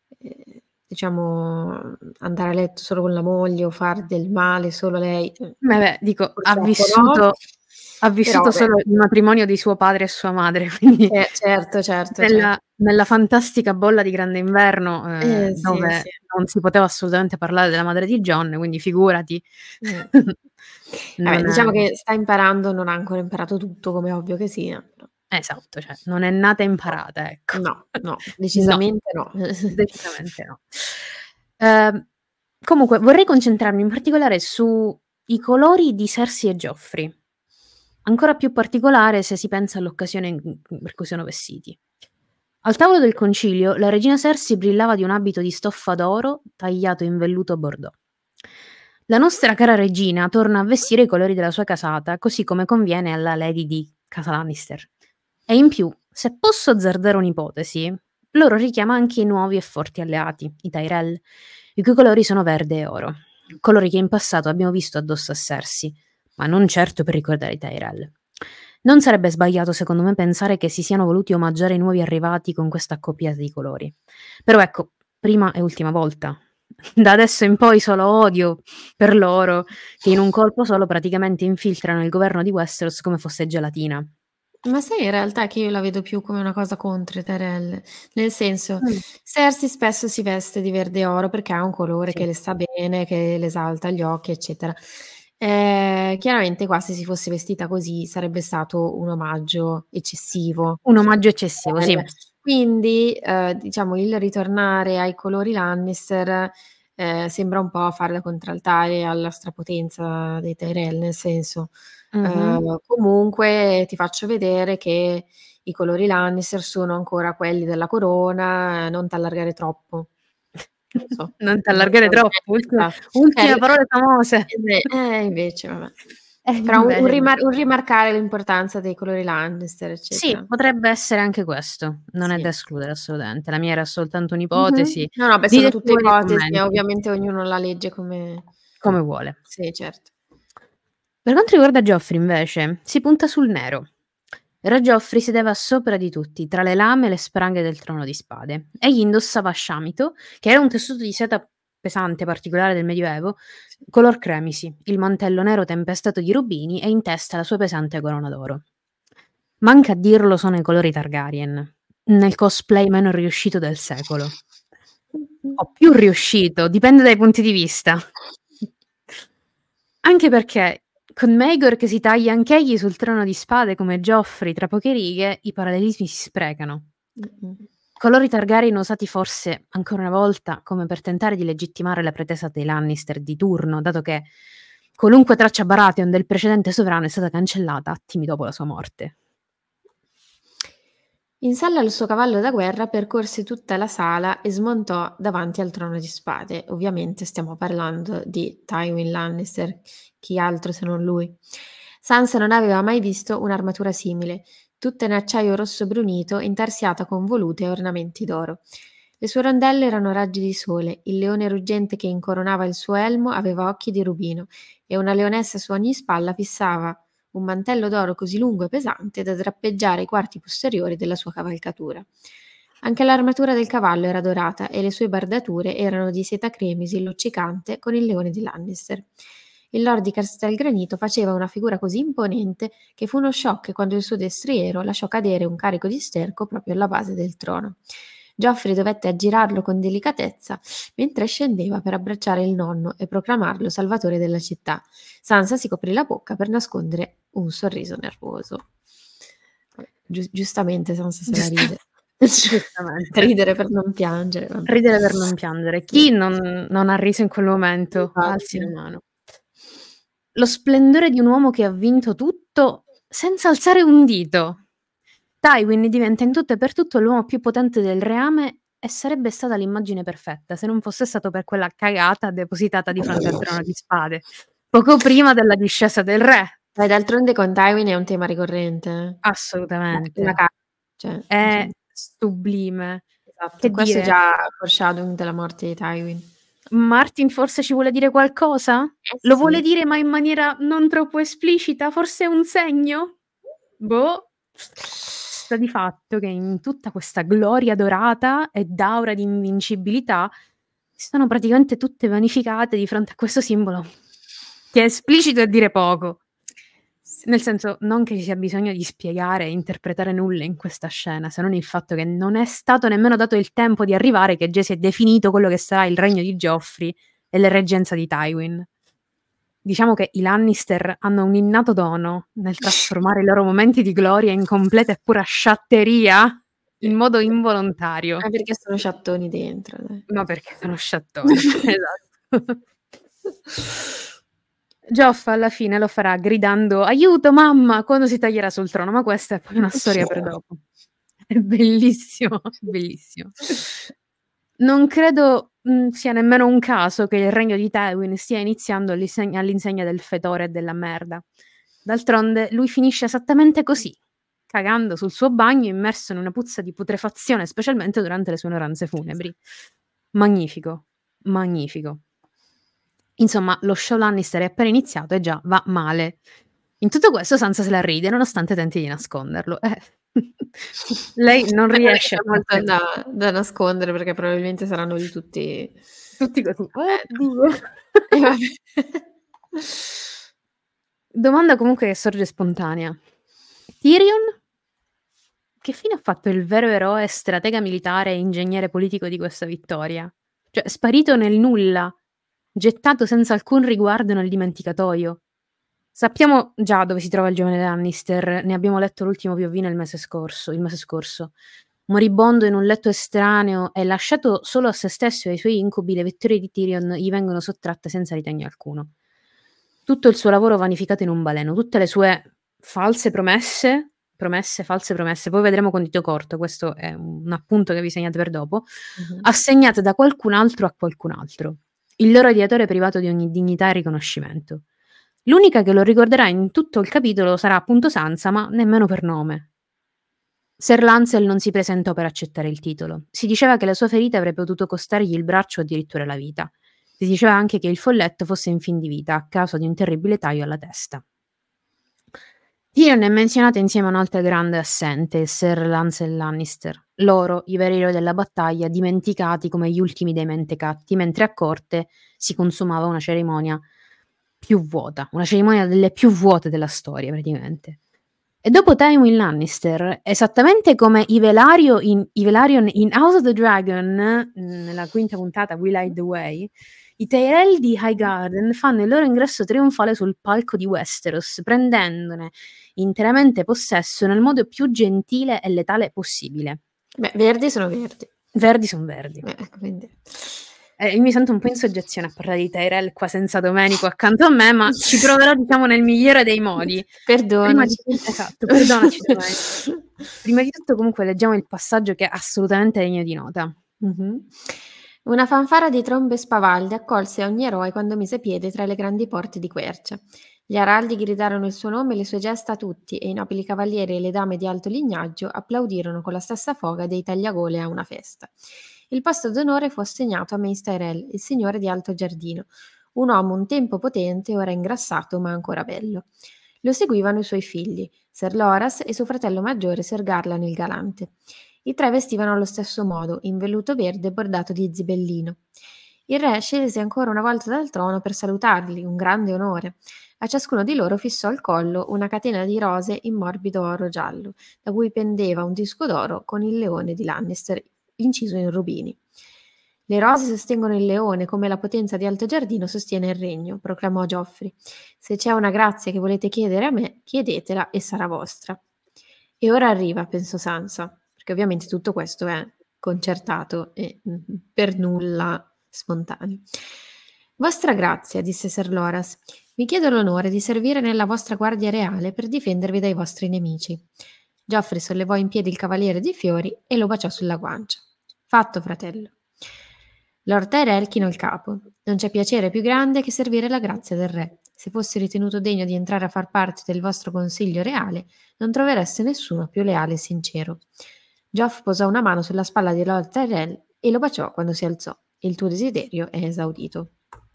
diciamo, andare a letto solo con la moglie o far del male solo lei. vabbè, dico, Purtroppo no, ha però vissuto vabbè. solo il matrimonio di suo padre e sua madre, quindi Certo, certo, nella fantastica bolla di Grande Inverno, sì, sì. dove non si poteva assolutamente parlare della madre di Jon, quindi figurati. Mh. Vabbè, Non diciamo che sta imparando, non ha ancora imparato tutto, come è ovvio che sia, però esatto, cioè non è nata imparata, ecco. no, no, No, decisamente no. decisamente no. Ehm, Comunque vorrei concentrarmi in particolare sui colori di Cersei e Joffrey. Ancora più particolare se si pensa all'occasione per cui sono vestiti. Al tavolo del concilio, la regina Cersei brillava di un abito di stoffa d'oro tagliato in velluto bordeaux. La nostra cara regina torna a vestire i colori della sua casata, così come conviene alla lady di Casa Lannister. E in più, se posso azzardare un'ipotesi, loro richiama anche i nuovi e forti alleati, i Tyrell, i cui colori sono verde e oro, colori che in passato abbiamo visto addosso a Cersei, ma non certo per ricordare i Tyrell. Non sarebbe sbagliato secondo me pensare che si siano voluti omaggiare i nuovi arrivati con questa accoppiata di colori. Però ecco, prima e ultima volta. Da adesso in poi solo odio per loro, che in un colpo solo praticamente infiltrano il governo di Westeros come fosse gelatina. Ma sai in realtà che io la vedo più come una cosa contro i Tyrell, nel senso, Mh, Cersei spesso si veste di verde e oro perché ha un colore sì. che le sta bene, che le esalta gli occhi, eccetera. Chiaramente qua se si fosse vestita così sarebbe stato un omaggio eccessivo. Un omaggio eccessivo, sì. Quindi, diciamo il ritornare ai colori Lannister, sembra un po' fare da contraltare alla strapotenza dei Tyrell, nel senso, Mh-mh. comunque ti faccio vedere che i colori Lannister sono ancora quelli della corona, non t'allargare troppo. Non so, Non non t'allargare so troppo, ultime l parole famose. invece vabbè. Però Invece no. un rimarcare l'importanza dei colori Lannister, Sì, eccetera. potrebbe essere anche questo, non è da Sì. escludere assolutamente. La mia era soltanto Mh-mh. un'ipotesi. No, no, beh, sono Dite tutte voi nei ipotesi e commenti, ovviamente ognuno la legge come vuole. sì, certo. Per quanto riguarda Joffrey invece, si punta sul nero. Re Joffrey sedeva sopra di tutti, tra le lame e le spranghe del trono di spade. Egli indossava sciamito, che era un tessuto di seta pesante particolare del Medioevo, Sì. color cremisi, il mantello nero tempestato di rubini e in testa la sua pesante corona d'oro. Manca a dirlo sono i colori Targaryen, nel cosplay meno riuscito del secolo. Mh-mh. O più riuscito, dipende dai punti di vista. Anche perché con Maegor che si taglia anch'egli sul trono di spade come Joffrey tra poche righe, i parallelismi si sprecano. Mh-mh. Colori Targaryen usati forse, ancora una volta, come per tentare di legittimare la pretesa dei Lannister di turno, dato che qualunque traccia Baratheon del precedente sovrano è stata cancellata attimi dopo la sua morte. In sella il suo cavallo da guerra percorse tutta la sala e smontò davanti al trono di spade. Ovviamente stiamo parlando di Tywin Lannister, chi altro se non lui. Sansa non aveva mai visto un'armatura simile, tutta in acciaio rosso brunito, intarsiata con volute e ornamenti d'oro. Le sue rondelle erano raggi di sole, il leone ruggente che incoronava il suo elmo aveva occhi di rubino e una leonessa su ogni spalla fissava un mantello d'oro così lungo e pesante da drappeggiare i quarti posteriori della sua cavalcatura. Anche l'armatura del cavallo era dorata e le sue bardature erano di seta cremisi luccicante con il leone di Lannister. Il lord di Castelgranito faceva una figura così imponente che fu uno shock quando il suo destriero lasciò cadere un carico di sterco proprio alla base del trono. Geoffrey dovette aggirarlo con delicatezza mentre scendeva per abbracciare il nonno e proclamarlo salvatore della città. Sansa si coprì la bocca per nascondere un sorriso nervoso. Giustamente Sansa se la ride. Giustamente. Ridere per non piangere. Vabbè. Ridere per non piangere. Chi non ha riso in quel momento? Infatti. Alzi la mano. Lo splendore di un uomo che ha vinto tutto senza alzare un dito. Tywin diventa in tutto e per tutto l'uomo più potente del reame e sarebbe stata l'immagine perfetta se non fosse stato per quella cagata depositata di fronte al trono di spade, poco prima della discesa del re. D'altronde con Tywin è un tema ricorrente. Assolutamente. La ca cioè, È sublime. esatto, Che questo è dire, già foreshadowing della morte di Tywin. Martin forse ci vuole dire qualcosa? Lo vuole Sì. dire ma in maniera non troppo esplicita? Forse è un segno? Boh. Sta di fatto che in tutta questa gloria dorata e d'aura di invincibilità sono praticamente tutte vanificate di fronte a questo simbolo che è esplicito e dire poco. Nel senso, non che ci sia bisogno di spiegare e interpretare nulla in questa scena, se non il fatto che non è stato nemmeno dato il tempo di arrivare che già si è definito quello che sarà il regno di Joffrey e la reggenza di Tywin. Diciamo che i Lannister hanno un innato dono nel trasformare i loro momenti di gloria in completa e pura sciatteria in modo involontario. Perché sono sciattoni dentro, dai. Ma perché sono sciattoni, esatto. Geoff alla fine lo farà gridando: "Aiuto mamma!" quando si taglierà sul trono, ma questa è poi una storia per dopo. È bellissimo, bellissimo. Non credo, sia nemmeno un caso che il regno di Tywin stia iniziando all'insegna del fetore e della merda. D'altronde lui finisce esattamente così, cagando sul suo bagno immerso in una puzza di putrefazione, specialmente durante le sue onoranze funebri. Magnifico, magnifico. Insomma, lo show Lannister è appena iniziato e già va male. In tutto questo Sansa se la ride, nonostante tenti di nasconderlo. Lei non Poi non è che riesce a c'è molto da nascondere perché probabilmente saranno lì tutti tutti così. bene. Oddio. E vabbè. Domanda comunque che sorge spontanea. Tyrion? Che fine ha fatto il vero eroe, stratega militare e ingegnere politico di questa vittoria? Cioè, sparito nel nulla, gettato senza alcun riguardo nel dimenticatoio. Sappiamo già dove si trova il giovane Lannister, ne abbiamo letto l'ultimo POV il mese scorso. Moribondo in un letto estraneo e lasciato solo a se stesso e ai suoi incubi, le vittorie di Tyrion gli vengono sottratte senza ritegno alcuno. Tutto il suo lavoro vanificato in un baleno, tutte le sue false false promesse, poi vedremo con dito corto, questo è un appunto che vi segnate per dopo, assegnate da qualcun altro a qualcun altro, il loro ideatore privato di ogni dignità e riconoscimento. L'unica che lo ricorderà in tutto il capitolo sarà appunto Sansa, ma nemmeno per nome. Ser Lancel non si presentò per accettare il titolo. Si diceva che la sua ferita avrebbe potuto costargli il braccio o addirittura la vita. Si diceva anche che il folletto fosse in fin di vita a causa di un terribile taglio alla testa. Tyrion è menzionato insieme a un altro grande assente, Ser Lancel Lannister. Loro, i veri eroi della battaglia, dimenticati come gli ultimi dei mentecatti, mentre a corte si consumava una cerimonia più vuota, una cerimonia delle più vuote della storia praticamente. E dopo Tywin Lannister, esattamente come i Velaryon in House of the Dragon, nella quinta puntata We Light the Way, i Tyrell di Highgarden fanno il loro ingresso trionfale sul palco di Westeros, prendendone interamente possesso nel modo più gentile e letale possibile. Beh, verdi sono verdi. Verdi son verdi. Quindi Io mi sento un po' in soggezione a parlare di Tyrell qua senza Domenico accanto a me, ma ci proverò diciamo nel migliore dei modi. Prima di perdonaci. esatto, perdonaci Domenico. Prima di tutto comunque leggiamo il passaggio che è assolutamente degno di nota. Mh-mh. Una fanfara di trombe e spavaldi accolse ogni eroe quando mise piede tra le grandi porte di Quercia. Gli araldi gridarono il suo nome e le sue gesta a tutti, e i nobili cavalieri e le dame di alto lignaggio applaudirono con la stessa foga dei tagliagole a una festa. Il posto d'onore fu assegnato a Mace Tyrell, il signore di Alto Giardino, un uomo un tempo potente, ora ingrassato ma ancora bello. Lo seguivano i suoi figli, Sir Loras e suo fratello maggiore Sir Garlan il Galante. I tre vestivano allo stesso modo, in velluto verde bordato di zibellino. Il re scese ancora una volta dal trono per salutarli, un grande onore. A ciascuno di loro fissò al collo una catena di rose in morbido oro giallo, da cui pendeva un disco d'oro con il leone di Lannister inciso in rubini. Le rose sostengono il leone come la potenza di Alto Giardino sostiene il regno, proclamò Geoffrey. Se c'è una grazia che volete chiedere a me, chiedetela e sarà vostra. E ora arriva, pensò Sansa, perché ovviamente tutto questo è concertato e per nulla spontaneo. Vostra grazia, disse Ser Loras, vi chiedo l'onore di servire nella vostra guardia reale per difendervi dai vostri nemici. Geoffrey sollevò in piedi il cavaliere di fiori e lo baciò sulla guancia. Fatto, fratello. Lord Tyrell chinò il capo. Non c'è piacere più grande che servire la grazia del re. Se fossi ritenuto degno di entrare a far parte del vostro consiglio reale, non trovereste nessuno più leale e sincero. Geoff posò una mano sulla spalla di Lord Tyrell e lo baciò quando si alzò. Il tuo desiderio è esaudito.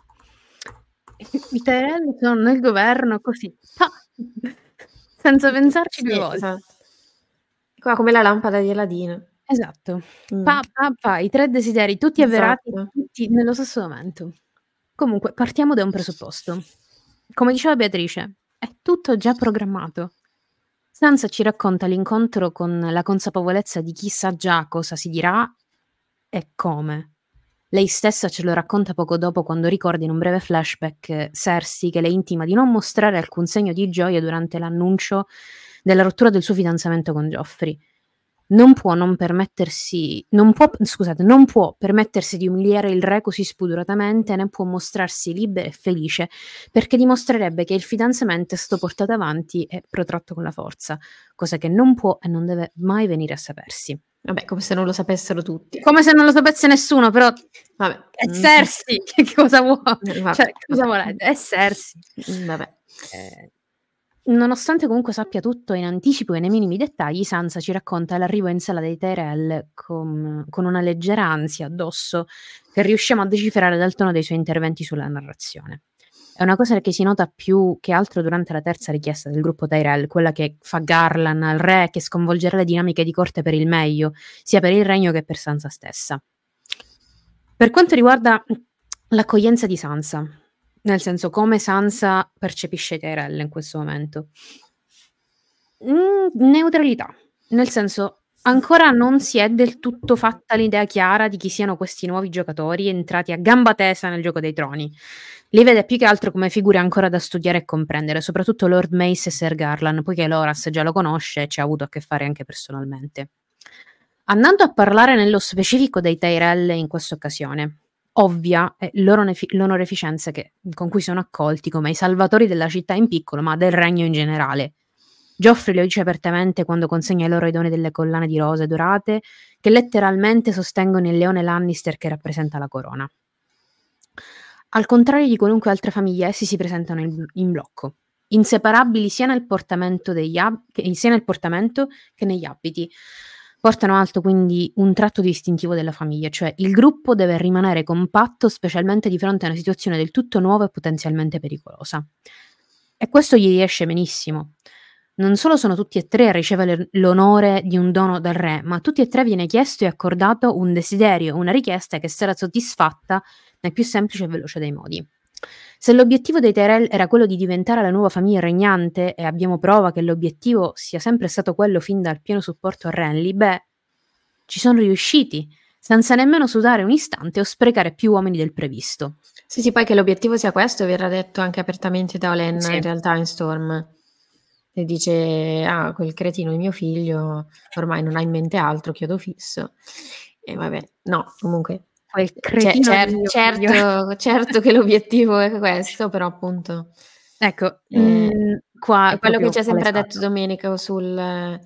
I Tyrell sono nel governo così, senza pensarci due volte. Esatto. Qua come la lampada di Aladino. Esatto. I 3 desideri tutti avverati, Esatto. tutti nello stesso momento. Comunque partiamo da un presupposto. Come diceva Beatrice, è tutto già programmato. Sansa ci racconta l'incontro con la consapevolezza di chi sa già cosa si dirà e come. Lei stessa ce lo racconta poco dopo quando ricorda in un breve flashback Cersei che le intima di non mostrare alcun segno di gioia durante l'annuncio della rottura del suo fidanzamento con Joffrey. Non può permettersi di umiliare il re così spudoratamente, né può mostrarsi libera e felice, perché dimostrerebbe che il fidanzamento è stato portato avanti e protratto con la forza, cosa che non può e non deve mai venire a sapersi. Vabbè, come se non lo sapessero tutti. Come se non lo sapesse nessuno, però Vabbè. è Cersei, che cosa vuoi? Vabbè, Cioè, cosa volete? È Cersei. Vabbè. Nonostante comunque sappia tutto in anticipo e nei minimi dettagli, Sansa ci racconta l'arrivo in sala dei Tyrell con una leggera ansia addosso che riusciamo a decifrare dal tono dei suoi interventi sulla narrazione. È una cosa che si nota più che altro durante la terza richiesta del gruppo Tyrell, quella che fa Garlan al re, che sconvolgerà le dinamiche di corte per il meglio, sia per il regno che per Sansa stessa. Per quanto riguarda l'accoglienza di Sansa, nel senso come Sansa percepisce Tyrell in questo momento. Neutralità, nel senso ancora non si è del tutto fatta l'idea chiara di chi siano questi nuovi giocatori entrati a gamba tesa nel Gioco dei Troni. Li vede più che altro come figure ancora da studiare e comprendere, soprattutto Lord Mace e Ser Garlan, poiché Loras già lo conosce e ci ha avuto a che fare anche personalmente. Andando a parlare nello specifico dei Tyrell in questa occasione, ovvia è l'onoreficenza con cui sono accolti come i salvatori della città in piccolo, ma del regno in generale. Geoffrey lo dice apertamente quando consegna loro i doni delle collane di rose dorate, che letteralmente sostengono il leone Lannister che rappresenta la corona. Al contrario di qualunque altra famiglia, essi si presentano in blocco, inseparabili sia nel portamento che negli abiti. Portano alto quindi un tratto distintivo della famiglia, cioè il gruppo deve rimanere compatto, specialmente di fronte a una situazione del tutto nuova e potenzialmente pericolosa. E questo gli riesce benissimo. Non solo sono tutti e tre a ricevere l'onore di un dono dal re, ma a tutti e tre viene chiesto e accordato un desiderio, una richiesta che sarà soddisfatta nel più semplice e veloce dei modi. Se l'obiettivo dei Tyrell era quello di diventare la nuova famiglia regnante, e abbiamo prova che l'obiettivo sia sempre stato quello fin dal pieno supporto a Renly, ci sono riusciti, senza nemmeno sudare un istante o sprecare più uomini del previsto. Sì, poi che l'obiettivo sia questo verrà detto anche apertamente da Olenna Sì. in realtà in Storm. e dice: "Ah, quel cretino di mio figlio ormai non ha in mente altro, chiodo fisso". E vabbè, no, comunque Quel cretino di mio figlio. certo che l'obiettivo è questo, però appunto, Ecco, ehm, qua è quello che proprio ci ha sempre detto palesato. Domenico sul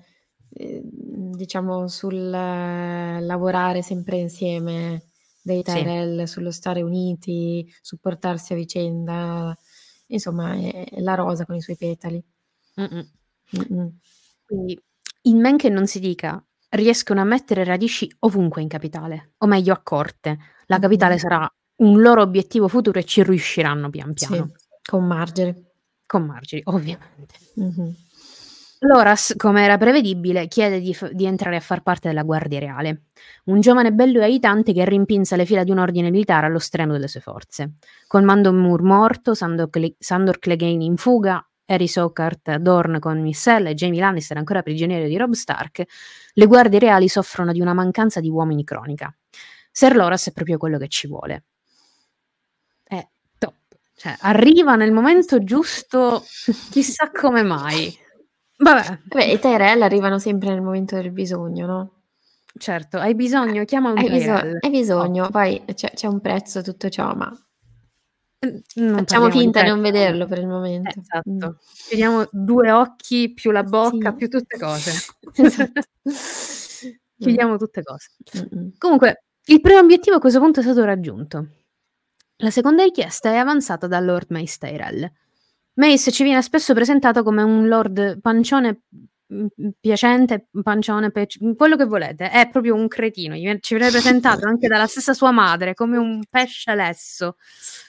diciamo sul lavorare sempre insieme dei Sì. Tyrell, sullo stare uniti, supportarsi a vicenda, insomma è la rosa con i suoi petali. Mh-mh. Mh-mh. Quindi, in men che non si dica, riescono a mettere radici ovunque in capitale, o meglio a corte. La capitale Mh-mh. sarà un loro obiettivo futuro e ci riusciranno pian Sì, piano, con Margery. con margini, ovviamente. Mh-mh. Loras, come era prevedibile, chiede di entrare a far parte della Guardia Reale, un giovane bello e aiutante che rimpinza le fila di un ordine militare allo stremo delle sue forze. Con Mando Moore morto, Sandor Clegane in fuga, Eris Oakart Dorn con Misselle e Jaime Lannister ancora prigioniero di Robb Stark, le Guardie Reali soffrono di una mancanza di uomini cronica. Ser Loras è proprio quello che ci vuole. È top. Cioè, arriva nel momento giusto, chissà come mai. Vabbè. Vabbè, i Tyrell arrivano sempre nel momento del bisogno, no, Certo, hai bisogno, chiama un Tyrell. hai bisogno, Top. poi c'è un prezzo a tutto ciò, ma Non facciamo parliamo di finta di non prezzo, vederlo per il momento. esatto. Chiediamo 2 occhi più la bocca, Sì, più tutte cose. esatto. Chiediamo tutte cose. Mh-mh. Comunque, il primo obiettivo a questo punto è stato raggiunto. La seconda richiesta è avanzata da Lord Mace Tyrell. Mace ci viene spesso presentato come un lord pancione, piacente, pancione, quello che volete, è proprio un cretino, ci viene presentato anche dalla stessa sua madre come un pesce lesso.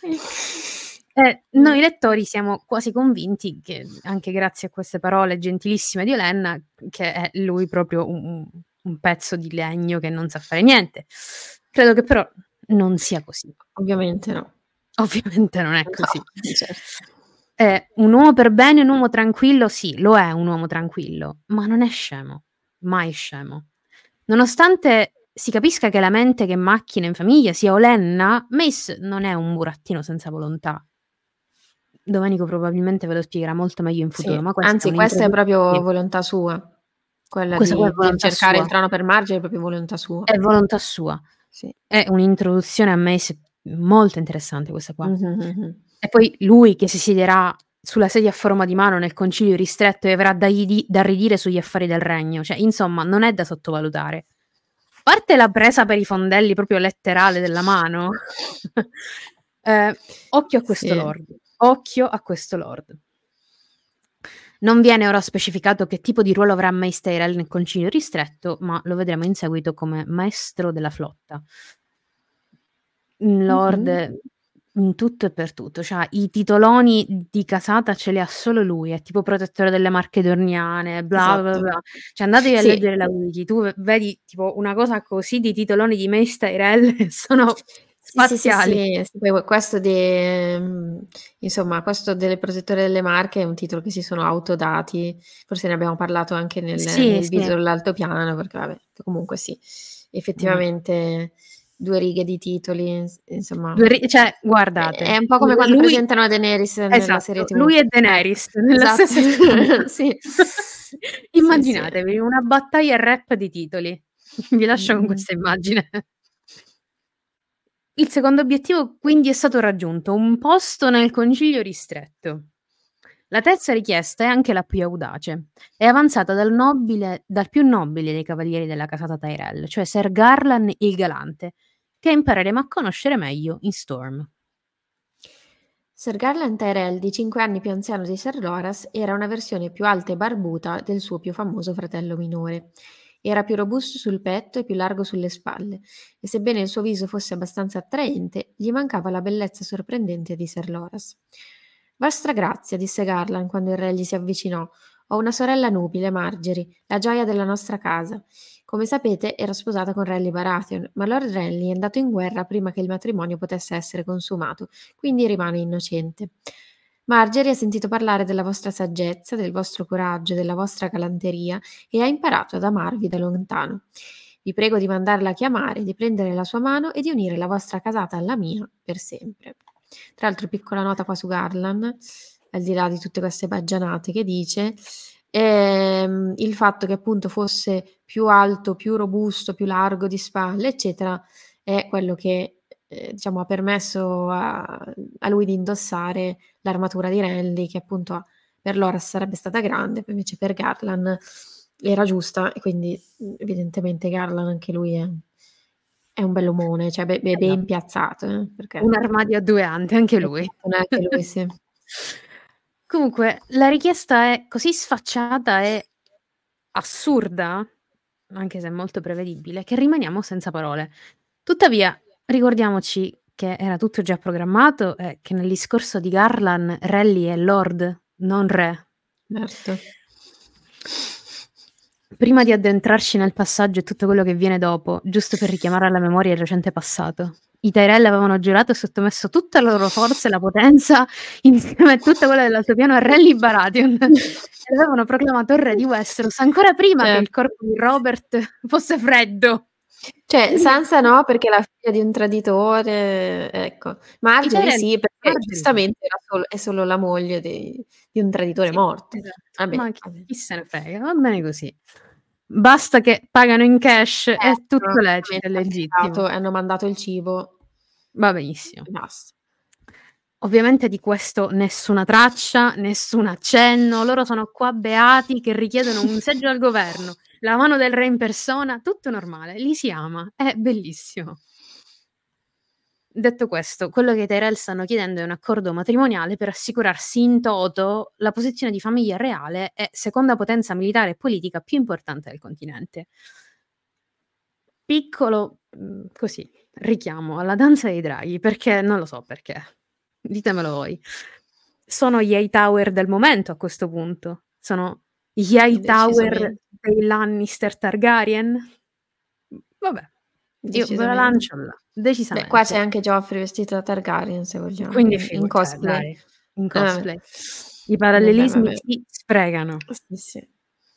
E noi lettori siamo quasi convinti che, anche grazie a queste parole gentilissime di Olenna, che è lui proprio un pezzo di legno che non sa fare niente. Credo che però non sia così. Ovviamente no. Ovviamente non è No, così. certo. È un uomo per bene, un uomo tranquillo, sì, lo è un uomo tranquillo, ma non è scemo, mai scemo. Nonostante si capisca che la mente che macchina in famiglia sia Olenna, Mace non è un burattino senza volontà. Domenico probabilmente ve lo spiegherà molto meglio in Sì, futuro, ma questa è anzi questa è proprio un'introduzione. volontà sua. Quella Questa qua è di volontà cercare il sua, trono per Margaery è proprio volontà sua. è volontà sua. Sì. È un'introduzione a Mace molto interessante questa qua. Mh-mh, mh-mh. E poi lui che si siederà sulla sedia a forma di mano nel concilio ristretto e avrà da ridire sugli affari del regno, cioè insomma non è da sottovalutare. A parte la presa per i fondelli proprio letterale della mano, occhio a questo Sì. lord, occhio a questo lord. Non viene ora specificato che tipo di ruolo avrà Mace Tyrell nel concilio ristretto, ma lo vedremo in seguito come maestro della flotta. Un Mh-mh. lord in tutto e per tutto, cioè i titoloni di casata ce li ha solo lui, è tipo protettore delle Marche Dorniane, bla bla Esatto. bla. Cioè andatevi a Sì. leggere la wiki, tu vedi tipo una cosa così di titoloni di Mace Tyrell e sono Sì, sì, sì, spaziali. sì, sì, poi questo insomma, questo del protettore delle Marche è un titolo che si sono autodati, forse ne abbiamo parlato anche Sì, nel sì. video dell'altopiano, perché vabbè, comunque sì, Mh. effettivamente 2 righe di titoli, insomma, 2 ri cioè è guardate, un po' come quando lui presentano Daenerys nella serie esatto, TV. lui e Ecco, Daenerys nella esatto. stessa stanza. Sì. Sì, sì. Immaginatevi una battaglia a rap di titoli. Vi lascio con Mh-mh. questa immagine. Il secondo obiettivo quindi è stato raggiunto, un posto nel concilio ristretto. La terza richiesta è anche la più audace. È avanzata dal più nobile dei cavalieri della casata Tyrell, cioè Ser Garlan il Galante, che impareremo a conoscere meglio in Storm. Sir Garland Tyrell, di 5 anni più anziano di Sir Loras, era una versione più alta e barbuta del suo più famoso fratello minore. Era più robusto sul petto e più largo sulle spalle, e sebbene il suo viso fosse abbastanza attraente, gli mancava la bellezza sorprendente di Sir Loras. Vostra grazia, disse Garland quando il re gli si avvicinò, ho una sorella nubile, Margery, la gioia della nostra casa. Come sapete, era sposata con Renly Baratheon, ma Lord Renly è andato in guerra prima che il matrimonio potesse essere consumato, quindi rimane innocente. Margery ha sentito parlare della vostra saggezza, del vostro coraggio, della vostra galanteria e ha imparato ad amarvi da lontano. Vi prego di mandarla a chiamare, di prendere la sua mano e di unire la vostra casata alla mia per sempre. Tra l'altro, piccola nota qua su Garland, al di là di tutte queste baggianate che dice, il fatto che appunto fosse più alto, più robusto, più largo di spalle, eccetera, è quello che, diciamo ha permesso a lui di indossare l'armatura di Renly, che appunto per Loras sarebbe stata grande, poi invece per Garland era giusta e quindi, evidentemente Garland anche lui è un bell'omone, cioè ben Esatto. piazzato, perché Un armadio a 2 ante anche lui. esatto, neanche lui sì. Comunque la richiesta è così sfacciata e assurda, anche se è molto prevedibile, che rimaniamo senza parole. Tuttavia, ricordiamoci che era tutto già programmato e che nel discorso di Garland Renly è lord, non re. Certo. Prima di addentrarci nel passaggio e tutto quello che viene dopo, giusto per richiamare alla memoria il recente passato, i Tyrell avevano giurato e sottomesso tutta la loro forza e la potenza insieme a tutta quella dell'altopiano a Renly Baratheon e l'avevano proclamato re di Westeros ancora prima che il corpo di Robert fosse freddo. Cioè, Quindi Sansa no, perché è la figlia di un traditore, ecco. i Marjorie Tyrell sì, perché Marjorie sì. giustamente è solo la moglie di un traditore Sì, morto. esatto. Vabbè, Ma vabbè. chi se ne frega, va bene così. Basta che pagano in cash, è tutto lecito e Ovviamente legittimo. hanno mandato il cibo Va benissimo. e basta. Ovviamente di questo nessuna traccia, nessun accenno, loro sono qua beati che richiedono un seggio al governo, la mano del re in persona, tutto normale, li si ama, è bellissimo. Detto questo, quello che i Tyrell stanno chiedendo è un accordo matrimoniale per assicurarsi in toto la posizione di famiglia reale e seconda potenza militare e politica più importante del continente. Piccolo, così, richiamo alla danza dei draghi, perché non lo so perché. Ditemelo voi. Sono gli Hightower del momento a questo punto. Sono gli Hightower Decisamente, dei Lannister Targaryen? Vabbè, io ve la decisamente. lancio là, Beh, qua c'è decisamente. anche Joffrey vestito da Targaryen, se vogliamo, Quindi in cioè cosplay. dai, in Eh. cosplay. I Vabbè, parallelismi vabbè. si sprecano. Sì, sì.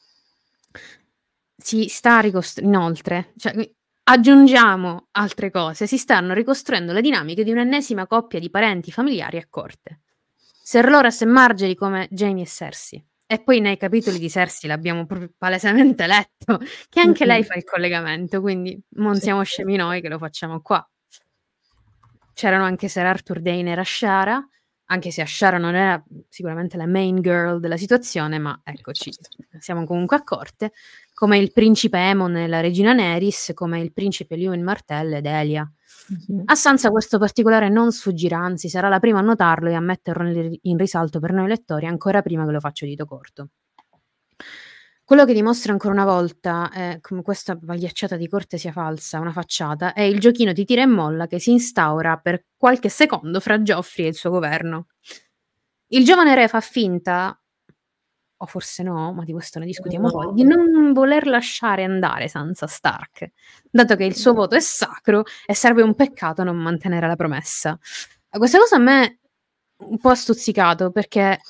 Si sta inoltre, cioè aggiungiamo altre cose, si stanno ricostruendo le dinamiche di un'ennesima coppia di parenti familiari a corte. Ser Loras e Margaery come Jaime e Cersei. E poi nei capitoli di Cersei l'abbiamo proprio palesemente letto, che anche lei Mh-mh. fa il collegamento, quindi non Sì, siamo sì. scemi noi che lo facciamo qua. C'erano anche Ser Arthur Dayne e Ashara, anche se Ashara non era sicuramente la main girl della situazione, ma eccoci, Certo. siamo comunque a corte, come il principe Aemon e la regina Nerys, come il principe Lewin Martell ed Elia. Mh-mh. A Sansa questo particolare non sfuggirà, anzi sarà la prima a notarlo e a metterlo in risalto per noi lettori ancora prima che lo faccia Dito Corto. Quello che dimostra ancora una volta, come questa pagliacciata di corte sia falsa, una facciata, è il giochino di tira e molla che si instaura per qualche secondo fra Joffrey e il suo governo. Il giovane re fa finta, o forse no, ma di questo ne discutiamo poi, No. di non voler lasciare andare Sansa Stark, dato che il suo voto è sacro e sarebbe un peccato non mantenere la promessa. Questa cosa a me un po' ha stuzzicato perché,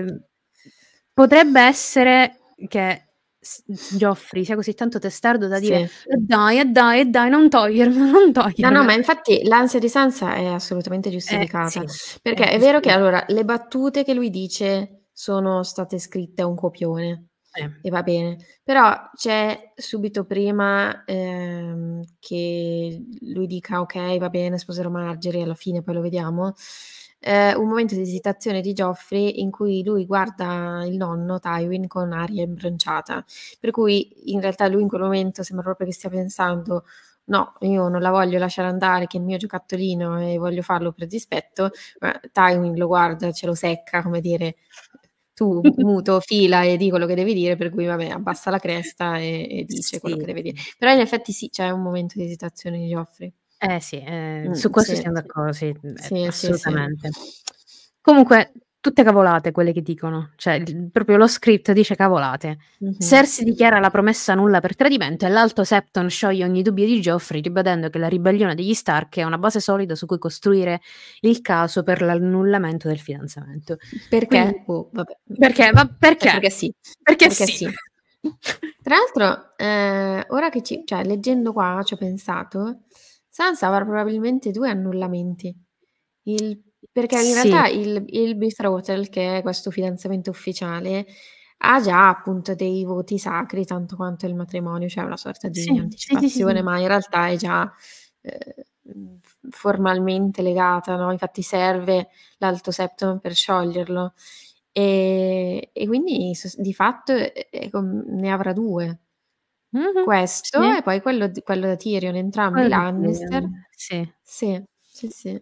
potrebbe essere che Joffrey sia così tanto testardo da dire: Sì. dai, e dai, non togliermelo, non No, no, ma togliermelo". infatti l'ansia di Sansa è assolutamente Sì, giustificata, è perché è vero che giustifica allora le battute che lui dice sono state scritte a un copione e va bene, però c'è subito prima, che lui dica: "Okay, va bene, sposerò Marjorie", alla fine poi lo vediamo, un momento di esitazione di Joffrey in cui lui guarda il nonno Tywin con aria imbronciata, per cui in realtà lui in quel momento sembra proprio che stia pensando: "No, io non la voglio lasciare andare, che è il mio giocattolino e voglio farlo per dispetto", ma Tywin lo guarda, ce lo secca, come dire: "Tu muto, fila e di quello che devi dire", per cui vabbè, abbassa la cresta e dice quello sì, che deve dire. sì. Però in effetti sì, c'è un momento di esitazione di Joffrey. Eh sì, su questo Sì, siam sì. d'accordo, sì, Sì, sì, sì. assolutamente. Comunque tutte cavolate quelle che dicono, cioè proprio lo script dice cavolate. Mh-mh. Cersei dichiara la promessa nulla per tradimento e l'Alto Septon scioglie ogni dubbio di Joffrey ribadendo che la ribellione degli Stark è una base solida su cui costruire il caso per l'annullamento del fidanzamento. Quindi Perché? Boh, vabbè. perché? Ma Perché perché? sì, Perché perché sì. sì. Tra l'altro, ora che cioè leggendo qua ci ho pensato, Sansa avrà probabilmente 2 annullamenti. Il Perché in Sì. realtà il betrothal, che è questo fidanzamento ufficiale, ha già appunto dei voti sacri tanto quanto il matrimonio, cioè una sorta di Sì, sì, sì, sì, anticipazione, sì. ma in realtà è già, f formalmente legata, no, infatti serve l'alto septum per scioglierlo. E quindi di fatto, ne avrà 2. Mh-mh. Questo Sì, e poi quello da Tyrion, entrambi quello di Lannister. Tyrion, sì. Sì, sì, sì.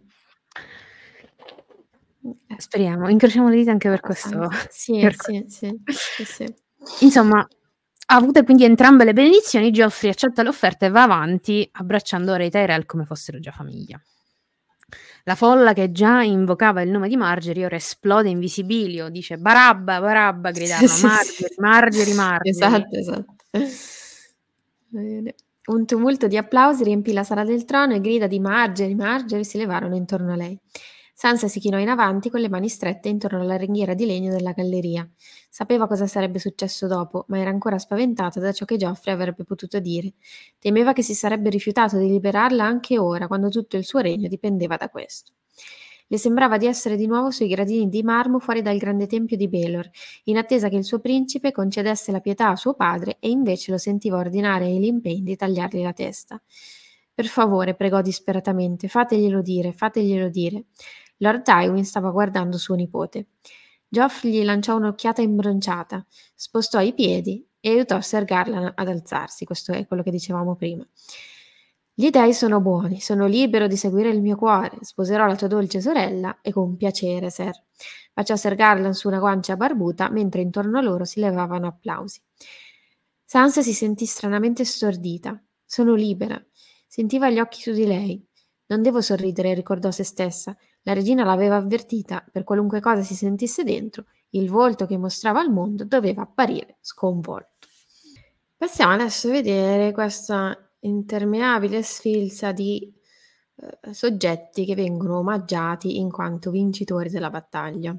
Speriamo, incrociamo le dita anche per questo Abbastanza. Sì, per sì, questo. sì, sì, sì. Insomma, avute quindi entrambe le benedizioni, Geoffrey accetta l'offerta e va avanti, abbracciando ora i Tyrell come fossero già famiglia. La folla che già invocava il nome di Margaery ora esplode in visibilio, dice: "Barabba, Barabba!" Sì, gridarono, sì, "Margaery, sì. Margaery, Margaery!" Esatto, esatto. Bene. Un tumulto di applausi riempì la sala del trono e grida di "Margery, Margery" si levarono intorno a lei. Sansa si chinò in avanti con le mani strette intorno alla ringhiera di legno della galleria. Sapeva cosa sarebbe successo dopo, ma era ancora spaventata da ciò che Geoffrey avrebbe potuto dire. Temeva che si sarebbe rifiutato di liberarla anche ora, quando tutto il suo regno dipendeva da questo. Le sembrava di essere di nuovo sui gradini di marmo fuori dal grande tempio di Belor, in attesa che il suo principe concedesse la pietà a suo padre, e invece lo sentiva ordinare ai Limpain di tagliargli la testa. Per favore, pregò disperatamente, fateglielo dire, fateglielo dire. Lord Tywin stava guardando suo nipote. Geoffrey gli lanciò un'occhiata imbronciata, spostò i piedi e aiutò Sir Garland ad alzarsi. Questo è quello che dicevamo prima. Gli dei sono buoni, sono libero di seguire il mio cuore, sposerò la tua dolce sorella e con piacere, Sir. Baciò Sir Garland su una guancia barbuta, mentre intorno a loro si levavano applausi. Sansa si sentì stranamente stordita. Sono libera. Sentiva gli occhi su di lei. Non devo sorridere, ricordò se stessa. La regina l'aveva avvertita, per qualunque cosa si sentisse dentro, il volto che mostrava al mondo doveva apparire sconvolto. Passiamo adesso a vedere questa interminabile sfilza di soggetti che vengono omaggiati in quanto vincitori della battaglia.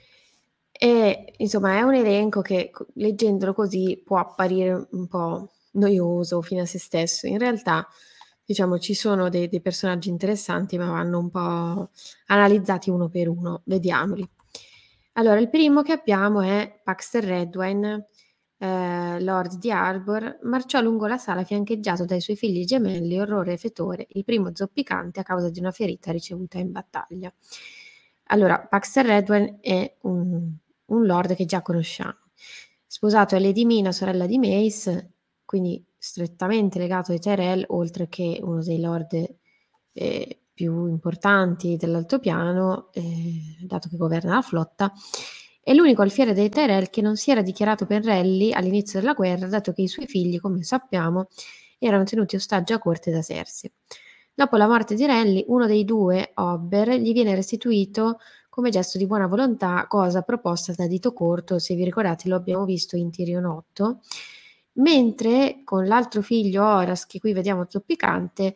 E insomma è un elenco che leggendolo così può apparire un po' noioso fine a se stesso. In realtà, diciamo, ci sono dei personaggi interessanti, ma vanno un po' analizzati uno per uno. Vediamoli. Allora, il primo che abbiamo è Paxter Redwine, lord di Arbor, marciò lungo la sala fiancheggiato dai suoi figli gemelli Orrore e Fetore, il primo zoppicante a causa di una ferita ricevuta in battaglia. Allora, Paxter Redwine è un lord che già conosciamo. Sposato a Lady Mina, sorella di Mace, quindi strettamente legato ai Tyrell, oltre che uno dei lord più importanti dell'altopiano, dato che governa la flotta. È l'unico alfiere dei Tyrell che non si era dichiarato per rally all'inizio della guerra, dato che i suoi figli, come sappiamo, erano tenuti ostaggio a corte da Cersei. Dopo la morte di Renly, uno dei due, Hobber, gli viene restituito come gesto di buona volontà, cosa proposta da Dito Corto, se vi ricordate lo abbiamo visto in Tyrion 8, mentre con l'altro figlio Horas, che qui vediamo zoppicante,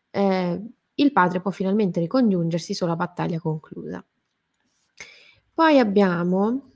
il padre può finalmente ricongiungersi solo a battaglia conclusa. Poi abbiamo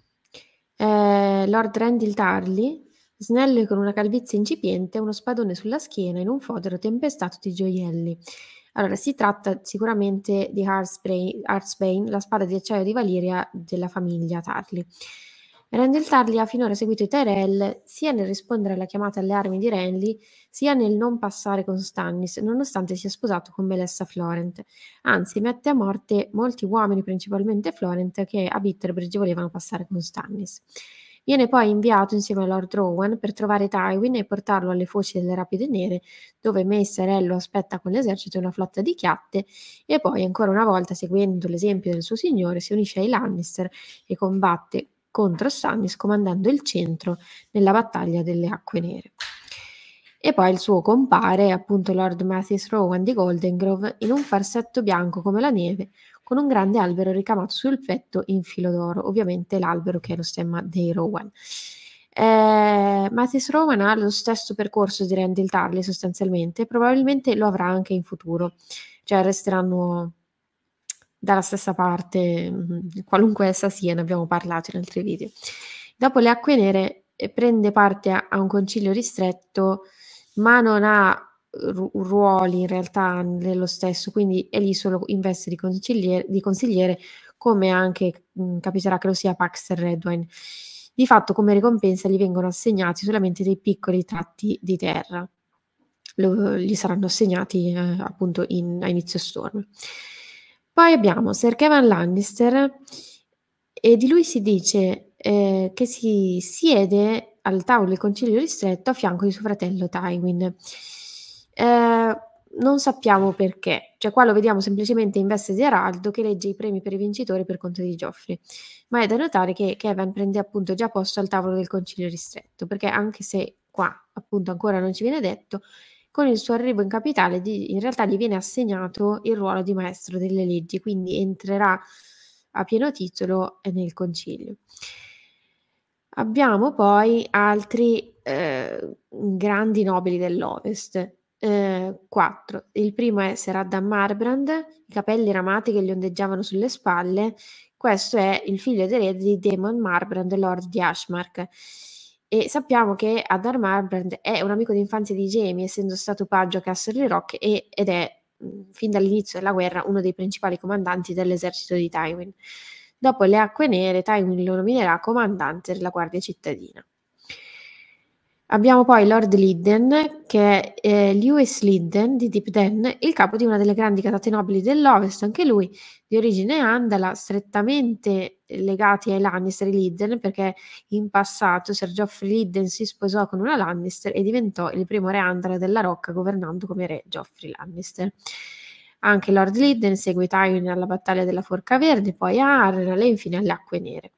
Lord Randall Tarly, snello e con una calvizie incipiente, uno spadone sulla schiena in un fodero tempestato di gioielli. Allora, si tratta sicuramente di Heartsbane, la spada di acciaio di Valiria della famiglia Tarly. Randall Tarly ha finora seguito i Tyrell sia nel rispondere alla chiamata alle armi di Renly, sia nel non passare con Stannis, nonostante sia sposato con Melessa Florent. Anzi, mette a morte molti uomini, principalmente Florent, che a Bitterbridge volevano passare con Stannis. Viene poi inviato insieme a Lord Rowan per trovare Tywin e portarlo alle foci delle Rapide Nere, dove Mace lo aspetta con l'esercito e una flotta di chiatte, e poi, ancora una volta, seguendo l'esempio del suo signore, si unisce ai Lannister e combatte contro Stannis, comandando il centro nella battaglia delle Acque Nere. E poi il suo compare, appunto Lord Mathis Rowan di Goldengrove, in un farsetto bianco come la neve, con un grande albero ricamato sul petto in filo d'oro, ovviamente l'albero che è lo stemma dei Rowan. Mathis Rowan ha lo stesso percorso di Randall Tarly sostanzialmente, e probabilmente lo avrà anche in futuro, cioè resteranno dalla stessa parte, qualunque essa sia, ne abbiamo parlato in altri video. Dopo le Acque Nere prende parte a un concilio ristretto, ma non ha ruoli in realtà nello stesso, quindi è lì solo in veste di consigliere, come anche capiterà che lo sia Paxter Redwine. Di fatto, come ricompensa, gli vengono assegnati solamente dei piccoli tratti di terra. Gli saranno assegnati appunto a inizio Storm. Poi abbiamo Sir Kevan Lannister e di lui si dice che si siede al tavolo del concilio ristretto a fianco di suo fratello Tywin. Non sappiamo perché, cioè qua lo vediamo semplicemente in veste di araldo che legge i premi per i vincitori per conto di Joffrey, ma è da notare che Kevan prende appunto già posto al tavolo del concilio ristretto, perché anche se qua appunto ancora non ci viene detto, con il suo arrivo in capitale in realtà gli viene assegnato il ruolo di maestro delle leggi, quindi entrerà a pieno titolo nel concilio. Abbiamo poi altri grandi nobili dell'Ovest, 4. Il primo è Ser Addan Marbrand, i capelli ramati che gli ondeggiavano sulle spalle. Questo è il figlio ed erede di Daemon Marbrand, Lord di Ashmark. E sappiamo che Addan Marbrand è un amico d'infanzia di Jaime, essendo stato paggio a Castle Rock ed è, fin dall'inizio della guerra, uno dei principali comandanti dell'esercito di Tywin. Dopo le Acque Nere, Tywin lo nominerà comandante della Guardia Cittadina. Abbiamo poi Lord Lidden, che è Lewis Lidden di Deep Den, il capo di una delle grandi casate nobili dell'Ovest, anche lui di origine andala, strettamente legati ai Lannister e Lidden, perché in passato Sir Geoffrey Lidden si sposò con una Lannister e diventò il primo re andala della Rocca, governando come re Geoffrey Lannister. Anche Lord Lidden segue Tywin alla battaglia della Forca Verde, poi a Harrenhal e infine alle Acque Nere.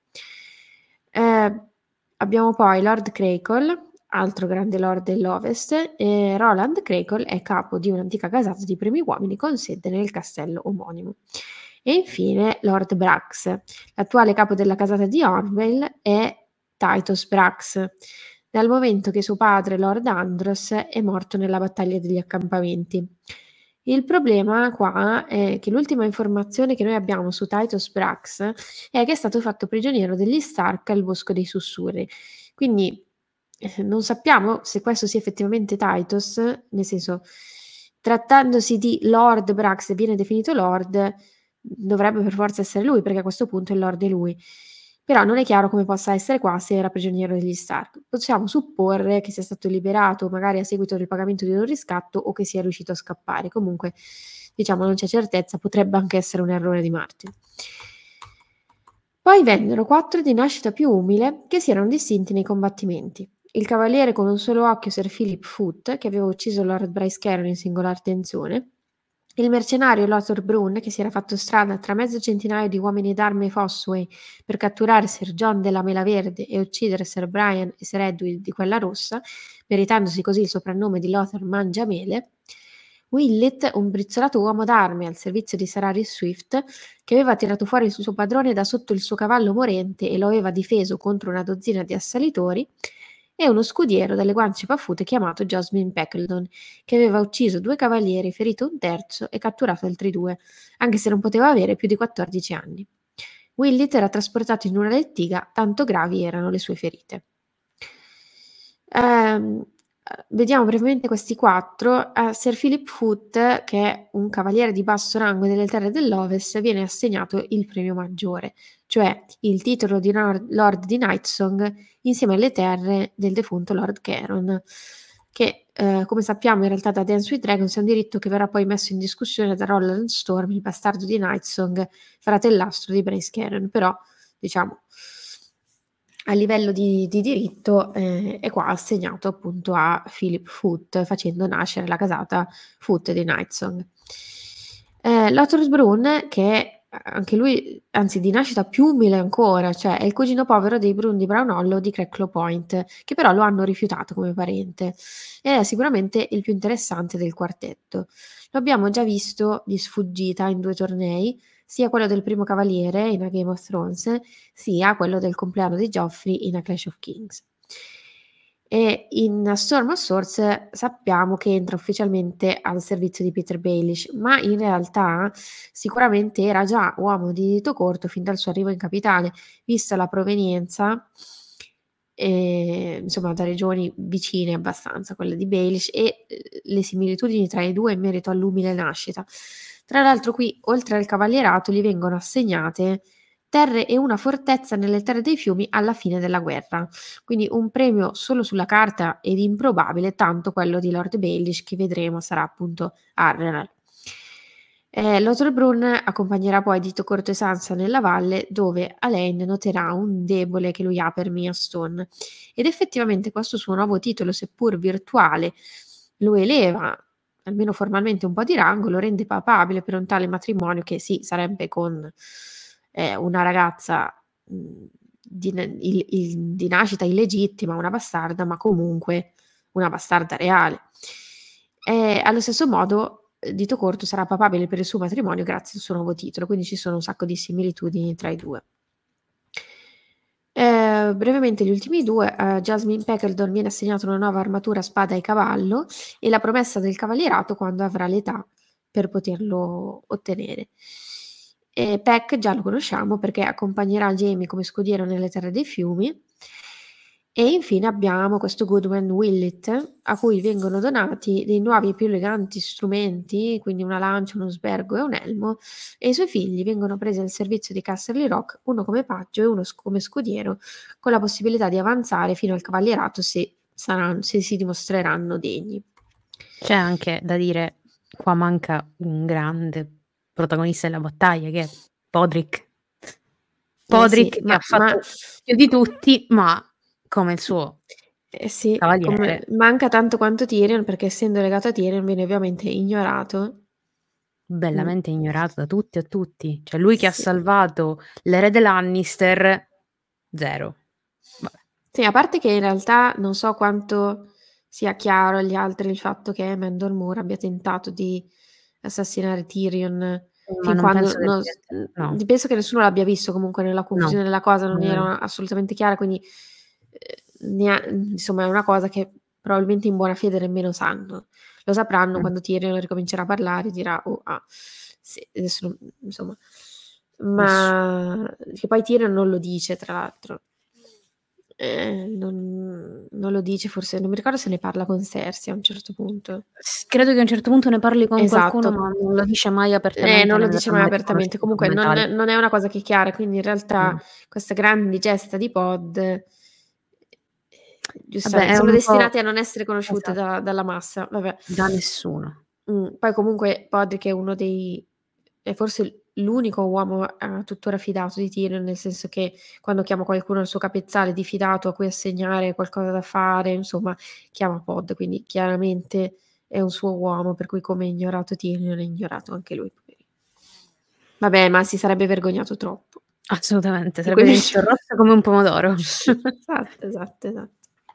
Abbiamo poi Lord Crakell, altro grande lord dell'Ovest, e Roland Crakell è capo di un'antica casata di primi uomini con sede nel castello omonimo. E infine Lord Brax, l'attuale capo della casata di Orville è Titus Brax, dal momento che suo padre, Lord Andros, è morto nella battaglia degli accampamenti. Il problema qua è che l'ultima informazione che noi abbiamo su Titus Brax è che è stato fatto prigioniero degli Stark al Bosco dei Sussurri. Quindi non sappiamo se questo sia effettivamente Titus, nel senso, trattandosi di Lord Brax e viene definito Lord, dovrebbe per forza essere lui, perché a questo punto il Lord è lui. Però non è chiaro come possa essere qua se era prigioniero degli Stark. Possiamo supporre che sia stato liberato magari a seguito del pagamento di un riscatto o che sia riuscito a scappare. Comunque, diciamo, non c'è certezza, potrebbe anche essere un errore di Martin. Poi vennero 4 di nascita più umile che si erano distinti nei combattimenti. Il cavaliere con un solo occhio Sir Philip Foot, che aveva ucciso Lord Bryce Caron in singolar tensione, il mercenario Lothar Brun, che si era fatto strada tra mezzo centinaio di uomini d'arme Fossway per catturare Sir John della Mela Verde e uccidere Sir Brian e Sir Edwin di quella rossa, meritandosi così il soprannome di Lothar Mangiamele, Willett, un brizzolato uomo d'arme al servizio di Sir Harry Swift, che aveva tirato fuori il suo padrone da sotto il suo cavallo morente e lo aveva difeso contro una dozzina di assalitori, e uno scudiero dalle guance paffute chiamato Jasmine Peckledon, che aveva ucciso 2 cavalieri, ferito un terzo e catturato altri 2, anche se non poteva avere più di 14 anni. Willett era trasportato in una lettiga, tanto gravi erano le sue ferite. Vediamo brevemente questi 4. Sir Philip Foot, che è un cavaliere di basso rango delle terre dell'Ovest, viene assegnato il premio maggiore, cioè il titolo di Lord di Nightsong insieme alle terre del defunto Lord Caron, che come sappiamo in realtà da Dance with Dragons è un diritto che verrà poi messo in discussione da Roland Storm, il bastardo di Nightsong, fratellastro di Bryce Caron, però diciamo a livello di diritto è qua assegnato appunto a Philip Foot, facendo nascere la casata Foot di Nightsong. Lothar Brun, che è anche lui, anzi di nascita più umile ancora, cioè è il cugino povero dei Brun di Brown Hollow di Cracklow Point, che però lo hanno rifiutato come parente, ed è sicuramente il più interessante del quartetto. Lo abbiamo già visto di sfuggita in 2 tornei, sia quello del primo cavaliere in A Game of Thrones, sia quello del compleanno di Joffrey in A Clash of Kings. E in A Storm of Swords sappiamo che entra ufficialmente al servizio di Peter Baelish, ma in realtà sicuramente era già uomo di dito corto fin dal suo arrivo in capitale, vista la provenienza insomma da regioni vicine abbastanza a quelle di Baelish e, le similitudini tra i 2 in merito all'umile nascita. Tra l'altro qui, oltre al cavalierato, gli vengono assegnate terre e una fortezza nelle terre dei fiumi alla fine della guerra. Quindi un premio solo sulla carta ed improbabile, tanto quello di Lord Baelish che vedremo sarà appunto Arrenal. L'Othorbrunn accompagnerà poi Dito Corto e Sansa nella valle, dove Alain noterà un debole che lui ha per Mia Stone. Ed effettivamente questo suo nuovo titolo, seppur virtuale, lo eleva, almeno formalmente, un po' di rango, lo rende papabile per un tale matrimonio che sì, sarebbe con una ragazza di nascita illegittima, una bastarda, ma comunque una bastarda reale. Allo stesso modo, Dito Corto sarà papabile per il suo matrimonio grazie al suo nuovo titolo, quindi ci sono un sacco di similitudini tra i due. Brevemente gli ultimi due, a Jasmine Peckledon viene assegnata una nuova armatura spada e cavallo e la promessa del cavalierato quando avrà l'età per poterlo ottenere. Peck già lo conosciamo perché accompagnerà Jaime come scudiero nelle terre dei fiumi. E infine abbiamo questo Goodwin Willett, a cui vengono donati dei nuovi e più eleganti strumenti, quindi una lancia, uno sbergo e un elmo, e i suoi figli vengono presi al servizio di Casterly Rock, uno come paggio e uno come scudiero, con la possibilità di avanzare fino al cavalierato se si dimostreranno degni. C'è anche da dire, qua manca un grande protagonista della battaglia che è Podrick. Sì, Podrick che ha ma fatto più di tutti, ma come il suo sì, come cavaliere, manca tanto quanto Tyrion, perché essendo legato a Tyrion viene ovviamente ignorato. Mh, bellamente ignorato da tutti a tutti. Cioè lui che ha sì. salvato l'erede Lannister, 0. Vabbè. Sì, a parte che in realtà non so quanto sia chiaro agli altri il fatto che Mandor Moore abbia tentato di assassinare Tyrion Ma fin non quando penso che sia no, penso che nessuno l'abbia visto comunque nella no. confusione della cosa, non Mh, era assolutamente chiara, quindi, insomma è una cosa che probabilmente in buona fede nemmeno sanno. Lo sapranno mh, quando Tyrion ricomincerà a parlare e dirà: "Oh, ah, sì", adesso non insomma. nessu Ma che poi Tyrion non lo dice tra l'altro. Non lo dice, forse non mi ricordo se ne parla con Cersei a un certo punto. credo che a un certo punto ne parli con qualcuno, Esatto. ma non lo dice mai apertamente Non lo nel dice mai romanzo apertamente. conosciuto Comunque come tale. non è una cosa che è chiara, quindi in realtà Mh. questa grande gesta di Pod, Vabbè giustamente è sono un po' destinate a non essere conosciute esatto, dalla massa, vabbè. da nessuno. Poi comunque Podrick è uno dei è forse l'unico uomo tuttora fidato di Tyrion, nel senso che quando chiama qualcuno al suo capezzale di fidato a cui assegnare qualcosa da fare, insomma, chiama Pod, quindi chiaramente è un suo uomo, per cui come è ignorato Tyrion è ignorato anche lui, poverino. Vabbè, ma si sarebbe vergognato troppo Assolutamente, di quei sarebbe venuto messaggi. rosso come un pomodoro. Esatto, esatto, esatto.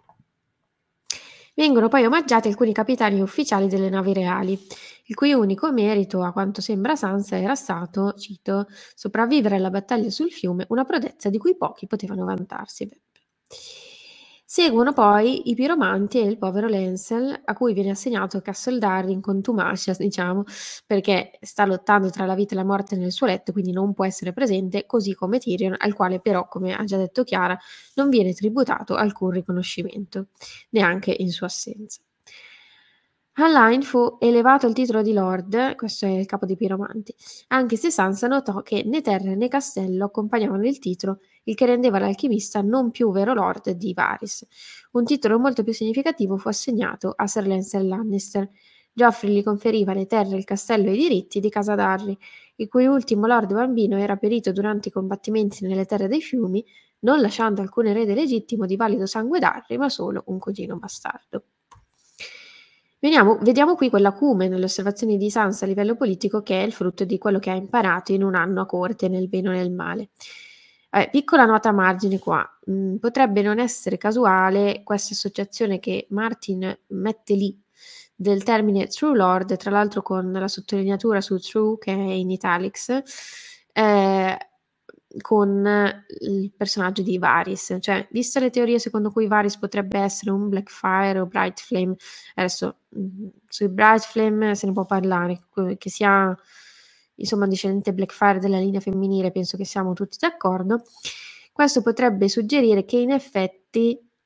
Vengono poi omaggiati alcuni capitani ufficiali delle navi reali, il cui unico merito, a quanto sembra Sansa, era stato, cito, sopravvivere alla battaglia sul fiume, una prodezza di cui pochi potevano vantarsi. Seguono poi i piromanti e il povero Lancel, a cui viene assegnato Castle Darry in contumacia, diciamo, perché sta lottando tra la vita e la morte nel suo letto, quindi non può essere presente, così come Tyrion, al quale però, come ha già detto Chiara, non viene tributato alcun riconoscimento, neanche in sua assenza. Alain fu elevato al titolo di Lord, questo è il capo dei piromanti, anche se Sansa notò che né terre né castello accompagnavano il titolo, il che rendeva l'alchimista non più vero Lord di Varys. Un titolo molto più significativo fu assegnato a Sir Lancel Lannister. Joffrey gli conferiva le terre, il castello e i diritti di casa Darry, il cui ultimo Lord bambino era perito durante i combattimenti nelle terre dei fiumi, non lasciando alcun erede legittimo di valido sangue Darry, ma solo un cugino bastardo. Vediamo qui quell'acume nelle osservazioni di Sansa a livello politico che è il frutto di quello che ha imparato in un anno a corte, nel bene o nel male. Piccola nota a margine qua, potrebbe non essere casuale questa associazione che Martin mette lì del termine True Lord, tra l'altro con la sottolineatura su True che è in italics, ehm, con il personaggio di Varys. Cioè, viste le teorie secondo cui Varys potrebbe essere un Blackfyre o Bright Flame, adesso, sui Bright Flame se ne può parlare, che sia insomma discendente Blackfyre della linea femminile penso che siamo tutti d'accordo. Questo potrebbe suggerire che in effetti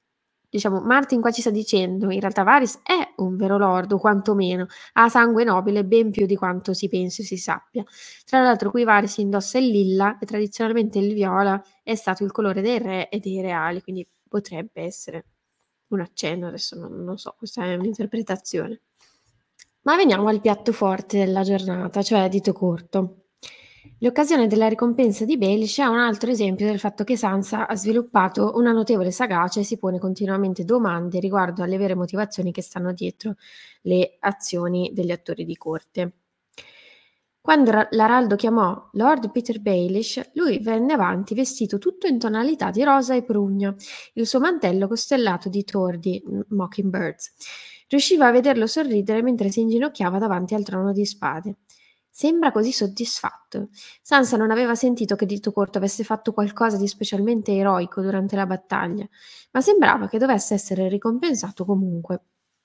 diciamo, Martin qua ci sta dicendo, in realtà Varys è un vero lord, o quantomeno ha sangue nobile ben più di quanto si pensi o si sappia. Tra l'altro qui Varys indossa il lilla e tradizionalmente il viola è stato il colore dei re e dei reali, quindi potrebbe essere un accenno, adesso non so, questa è un'interpretazione. Ma veniamo al piatto forte della giornata, cioè dito corto. L'occasione della ricompensa di Baelish è un altro esempio del fatto che Sansa ha sviluppato una notevole sagacia e si pone continuamente domande riguardo alle vere motivazioni che stanno dietro le azioni degli attori di corte. Quando l'Araldo chiamò Lord Peter Baelish, lui venne avanti vestito tutto in tonalità di rosa e prugna, il suo mantello costellato di tordi, mockingbirds. Riusciva a vederlo sorridere mentre si inginocchiava davanti al trono di spade. Sembra così soddisfatto. Sansa non aveva sentito che Dito Corto avesse fatto qualcosa di specialmente eroico durante la battaglia, ma sembrava che dovesse essere ricompensato comunque.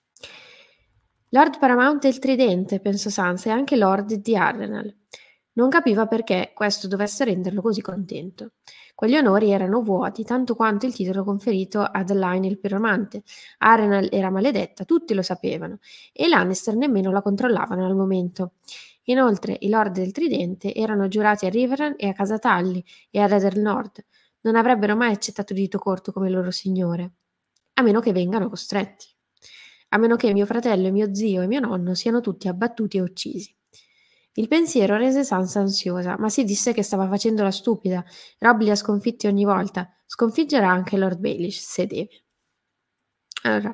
Lord Paramount e il Tridente, pensò Sansa, e anche Lord di Harrenhal. Non capiva perché questo dovesse renderlo così contento. Quegli onori erano vuoti tanto quanto il titolo conferito ad Align il Piromante. Harrenhal era maledetta, tutti lo sapevano, e i Lannister nemmeno la controllavano al momento. Inoltre, i Lord del Tridente erano giurati a Riverrun e a Casa Tully e ad Ether Nord. Non avrebbero mai accettato Dito Corto come loro signore, a meno che vengano costretti. A meno che mio fratello e mio zio e mio nonno siano tutti abbattuti e uccisi. Il pensiero rese Sansa ansiosa, ma si disse che stava facendo la stupida. Robb li ha sconfitti ogni volta. Sconfiggerà anche Lord Baelish, se deve. Allora,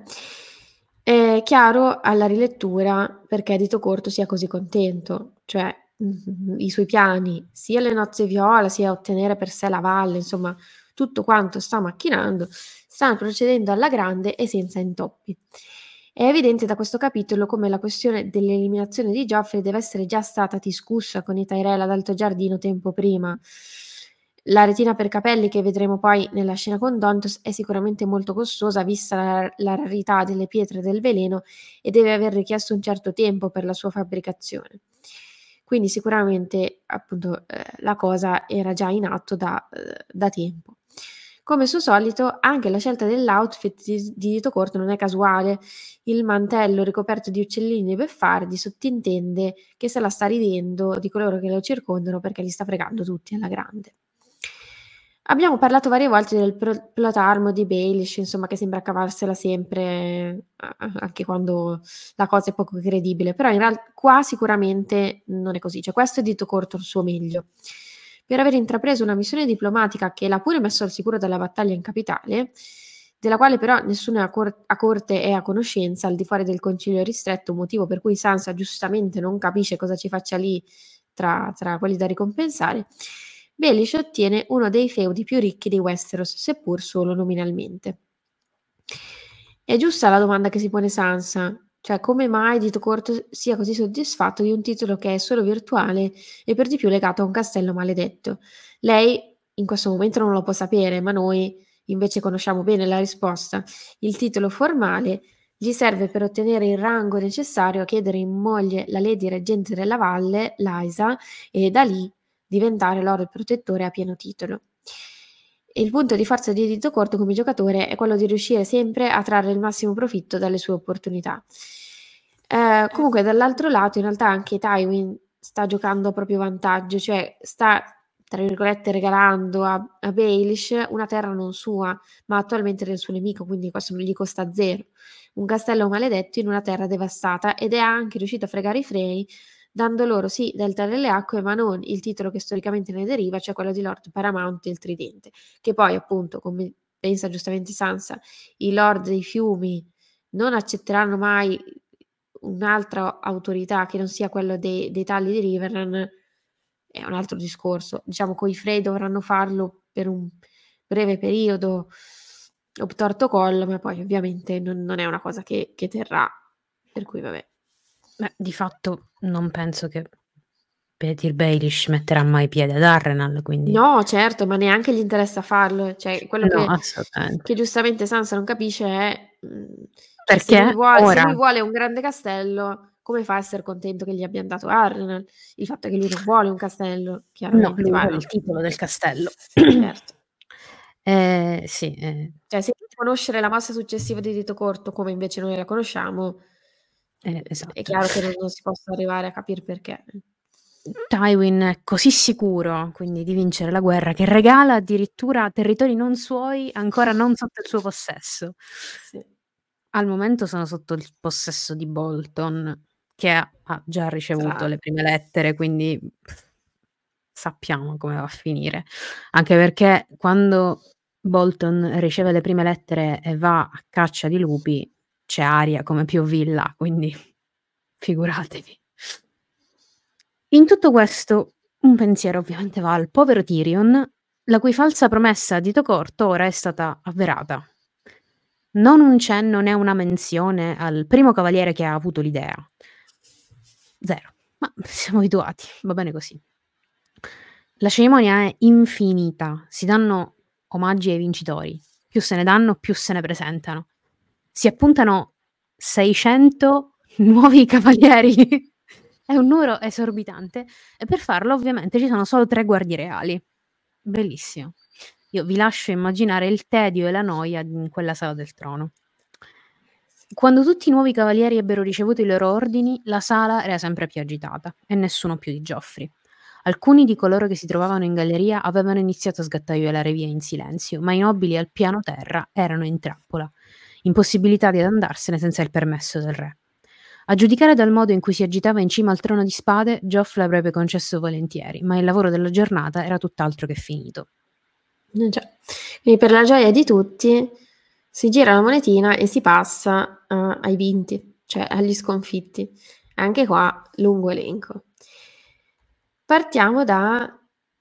è chiaro alla rilettura perché Dito Corto sia così contento, cioè i suoi piani, sia le nozze viola, sia ottenere per sé la valle, insomma, tutto quanto sta macchinando, stanno procedendo alla grande e senza intoppi. È evidente da questo capitolo come la questione dell'eliminazione di Joffrey deve essere già stata discussa con i Tyrell ad Alto Giardino tempo prima. La retina per capelli che vedremo poi nella scena con Dontos è sicuramente molto costosa vista la rarità delle pietre del veleno e deve aver richiesto un certo tempo per la sua fabbricazione. Quindi sicuramente appunto la cosa era già in atto da tempo. Come suo solito, anche la scelta dell'outfit di Dito Corto non è casuale. Il mantello ricoperto di uccellini e beffardi sottintende che se la sta ridendo di coloro che lo circondano perché li sta fregando tutti alla grande. Abbiamo parlato varie volte del plot armor di Baelish, insomma, che sembra cavarsela sempre, anche quando la cosa è poco credibile, però qua sicuramente non è così, cioè questo è Dito Corto il suo meglio. Per aver intrapreso una missione diplomatica che l'ha pure messo al sicuro dalla battaglia in capitale, della quale però nessuno a corte è a conoscenza, al di fuori del concilio ristretto, motivo per cui Sansa giustamente non capisce cosa ci faccia lì tra quelli da ricompensare, Baelish ottiene uno dei feudi più ricchi di Westeros, seppur solo nominalmente. È giusta la domanda che si pone Sansa, cioè come mai Dito Corto sia così soddisfatto di un titolo che è solo virtuale e per di più legato a un castello maledetto. Lei in questo momento non lo può sapere, ma noi invece conosciamo bene la risposta. Il titolo formale gli serve per ottenere il rango necessario a chiedere in moglie la Lady Reggente della Valle, Lysa, e da lì diventare Lord Protettore a pieno titolo. E il punto di forza di Dito Corto come giocatore è quello di riuscire sempre a trarre il massimo profitto dalle sue opportunità. Comunque dall'altro lato in realtà anche Tywin sta giocando a proprio vantaggio, cioè sta tra virgolette regalando a Baelish una terra non sua, ma attualmente del suo nemico, quindi questo non gli costa zero. Un castello maledetto in una terra devastata ed è anche riuscito a fregare i Frey dando loro sì Delta delle Acque, ma non il titolo che storicamente ne deriva, cioè quello di Lord Paramount e il Tridente, che poi appunto, come pensa giustamente Sansa, i Lord dei Fiumi non accetteranno mai un'altra autorità che non sia quello dei Talli di Riverrun, è un altro discorso. Diciamo coi Frey dovranno farlo per un breve periodo, obtorto collo, ma poi ovviamente non è una cosa che terrà, per cui vabbè. Beh, di fatto non penso che Petyr Baelish metterà mai piede ad Harrenhal, quindi No, certo, ma neanche gli interessa farlo. Cioè, quello no, che assolutamente. giustamente Sansa non capisce è, cioè se Perché ora lui vuole un grande castello, come fa a esser contento che gli abbian dato Harrenhal? Il fatto è che lui non vuole un castello, no, chiaramente, lui ma vuole no. il titolo del castello. Certo. Sì, Cioè, se devi conoscere la mossa successiva di dito corto, come invece noi la conosciamo, è esatto. chiaro che non si possa arrivare a capir perché. Tywin è così sicuro, quindi, di vincere la guerra, che regala addirittura territori non suoi, ancora non sotto il suo possesso. Sì, Al momento sono sotto il possesso di Bolton, che ha già ricevuto tra le prime lettere, quindi sappiamo come va a finire. Anche perché quando Bolton riceve le prime lettere e va a caccia di lupi, c'è Arya come POV là, quindi figuratevi. In tutto questo, un pensiero ovviamente va al povero Tyrion, la cui falsa promessa a dito corto ora è stata avverata. Non un cenno né una menzione al primo cavaliere che ha avuto l'idea. 0. Ma siamo abituati, va bene così. La cerimonia è infinita, si danno omaggi ai vincitori. Più se ne danno, più se ne presentano. Si appuntano 600 nuovi cavalieri. È un numero esorbitante e per farlo ovviamente ci sono solo 3 guardie reali. Bellissimo. Io vi lascio immaginare il tedio e la noia in quella sala del trono. Quando tutti i nuovi cavalieri ebbero ricevuto i loro ordini, la sala era sempre più agitata e nessuno più di Geoffrey. Alcuni di coloro che si trovavano in galleria avevano iniziato a sgattaiolare via in silenzio, ma i nobili al piano terra erano in trappola, impossibilitati ad andarsene senza il permesso del re. A giudicare dal modo in cui si agitava in cima al trono di spade, Geoff l'avrebbe concesso volentieri, ma il lavoro della giornata era tutt'altro che finito. già. Quindi per la gioia di tutti si gira la monetina e si passa ai vinti, cioè agli sconfitti. Anche qua lungo elenco. Partiamo da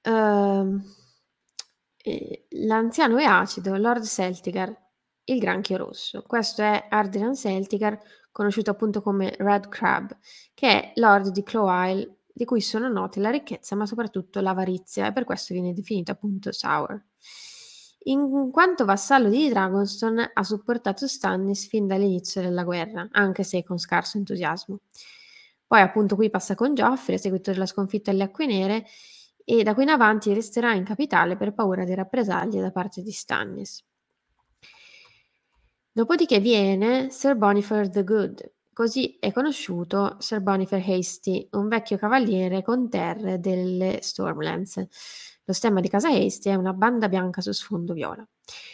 l'anziano e acido Lord Celtigar, il granchio rosso. Questo è Ardilan Celtigar, conosciuto appunto come Red Crab, che è Lord di Cloyle, di cui sono note la ricchezza ma soprattutto l'avarizia, e per questo viene definito appunto Sour. In quanto vassallo di Dragonstone ha supportato Stannis fin dall'inizio della guerra, anche se con scarso entusiasmo. Poi appunto qui passa con Joffrey a seguito della sconfitta alle Acque Nere e da qui in avanti resterà in capitale per paura di rappresaglie da parte di Stannis. Dopodiché viene Sir Bonifer the Good, così è conosciuto Sir Bonifer Hasty, un vecchio cavaliere con terre delle Stormlands. Lo stemma di casa Hasty è una banda bianca su sfondo viola.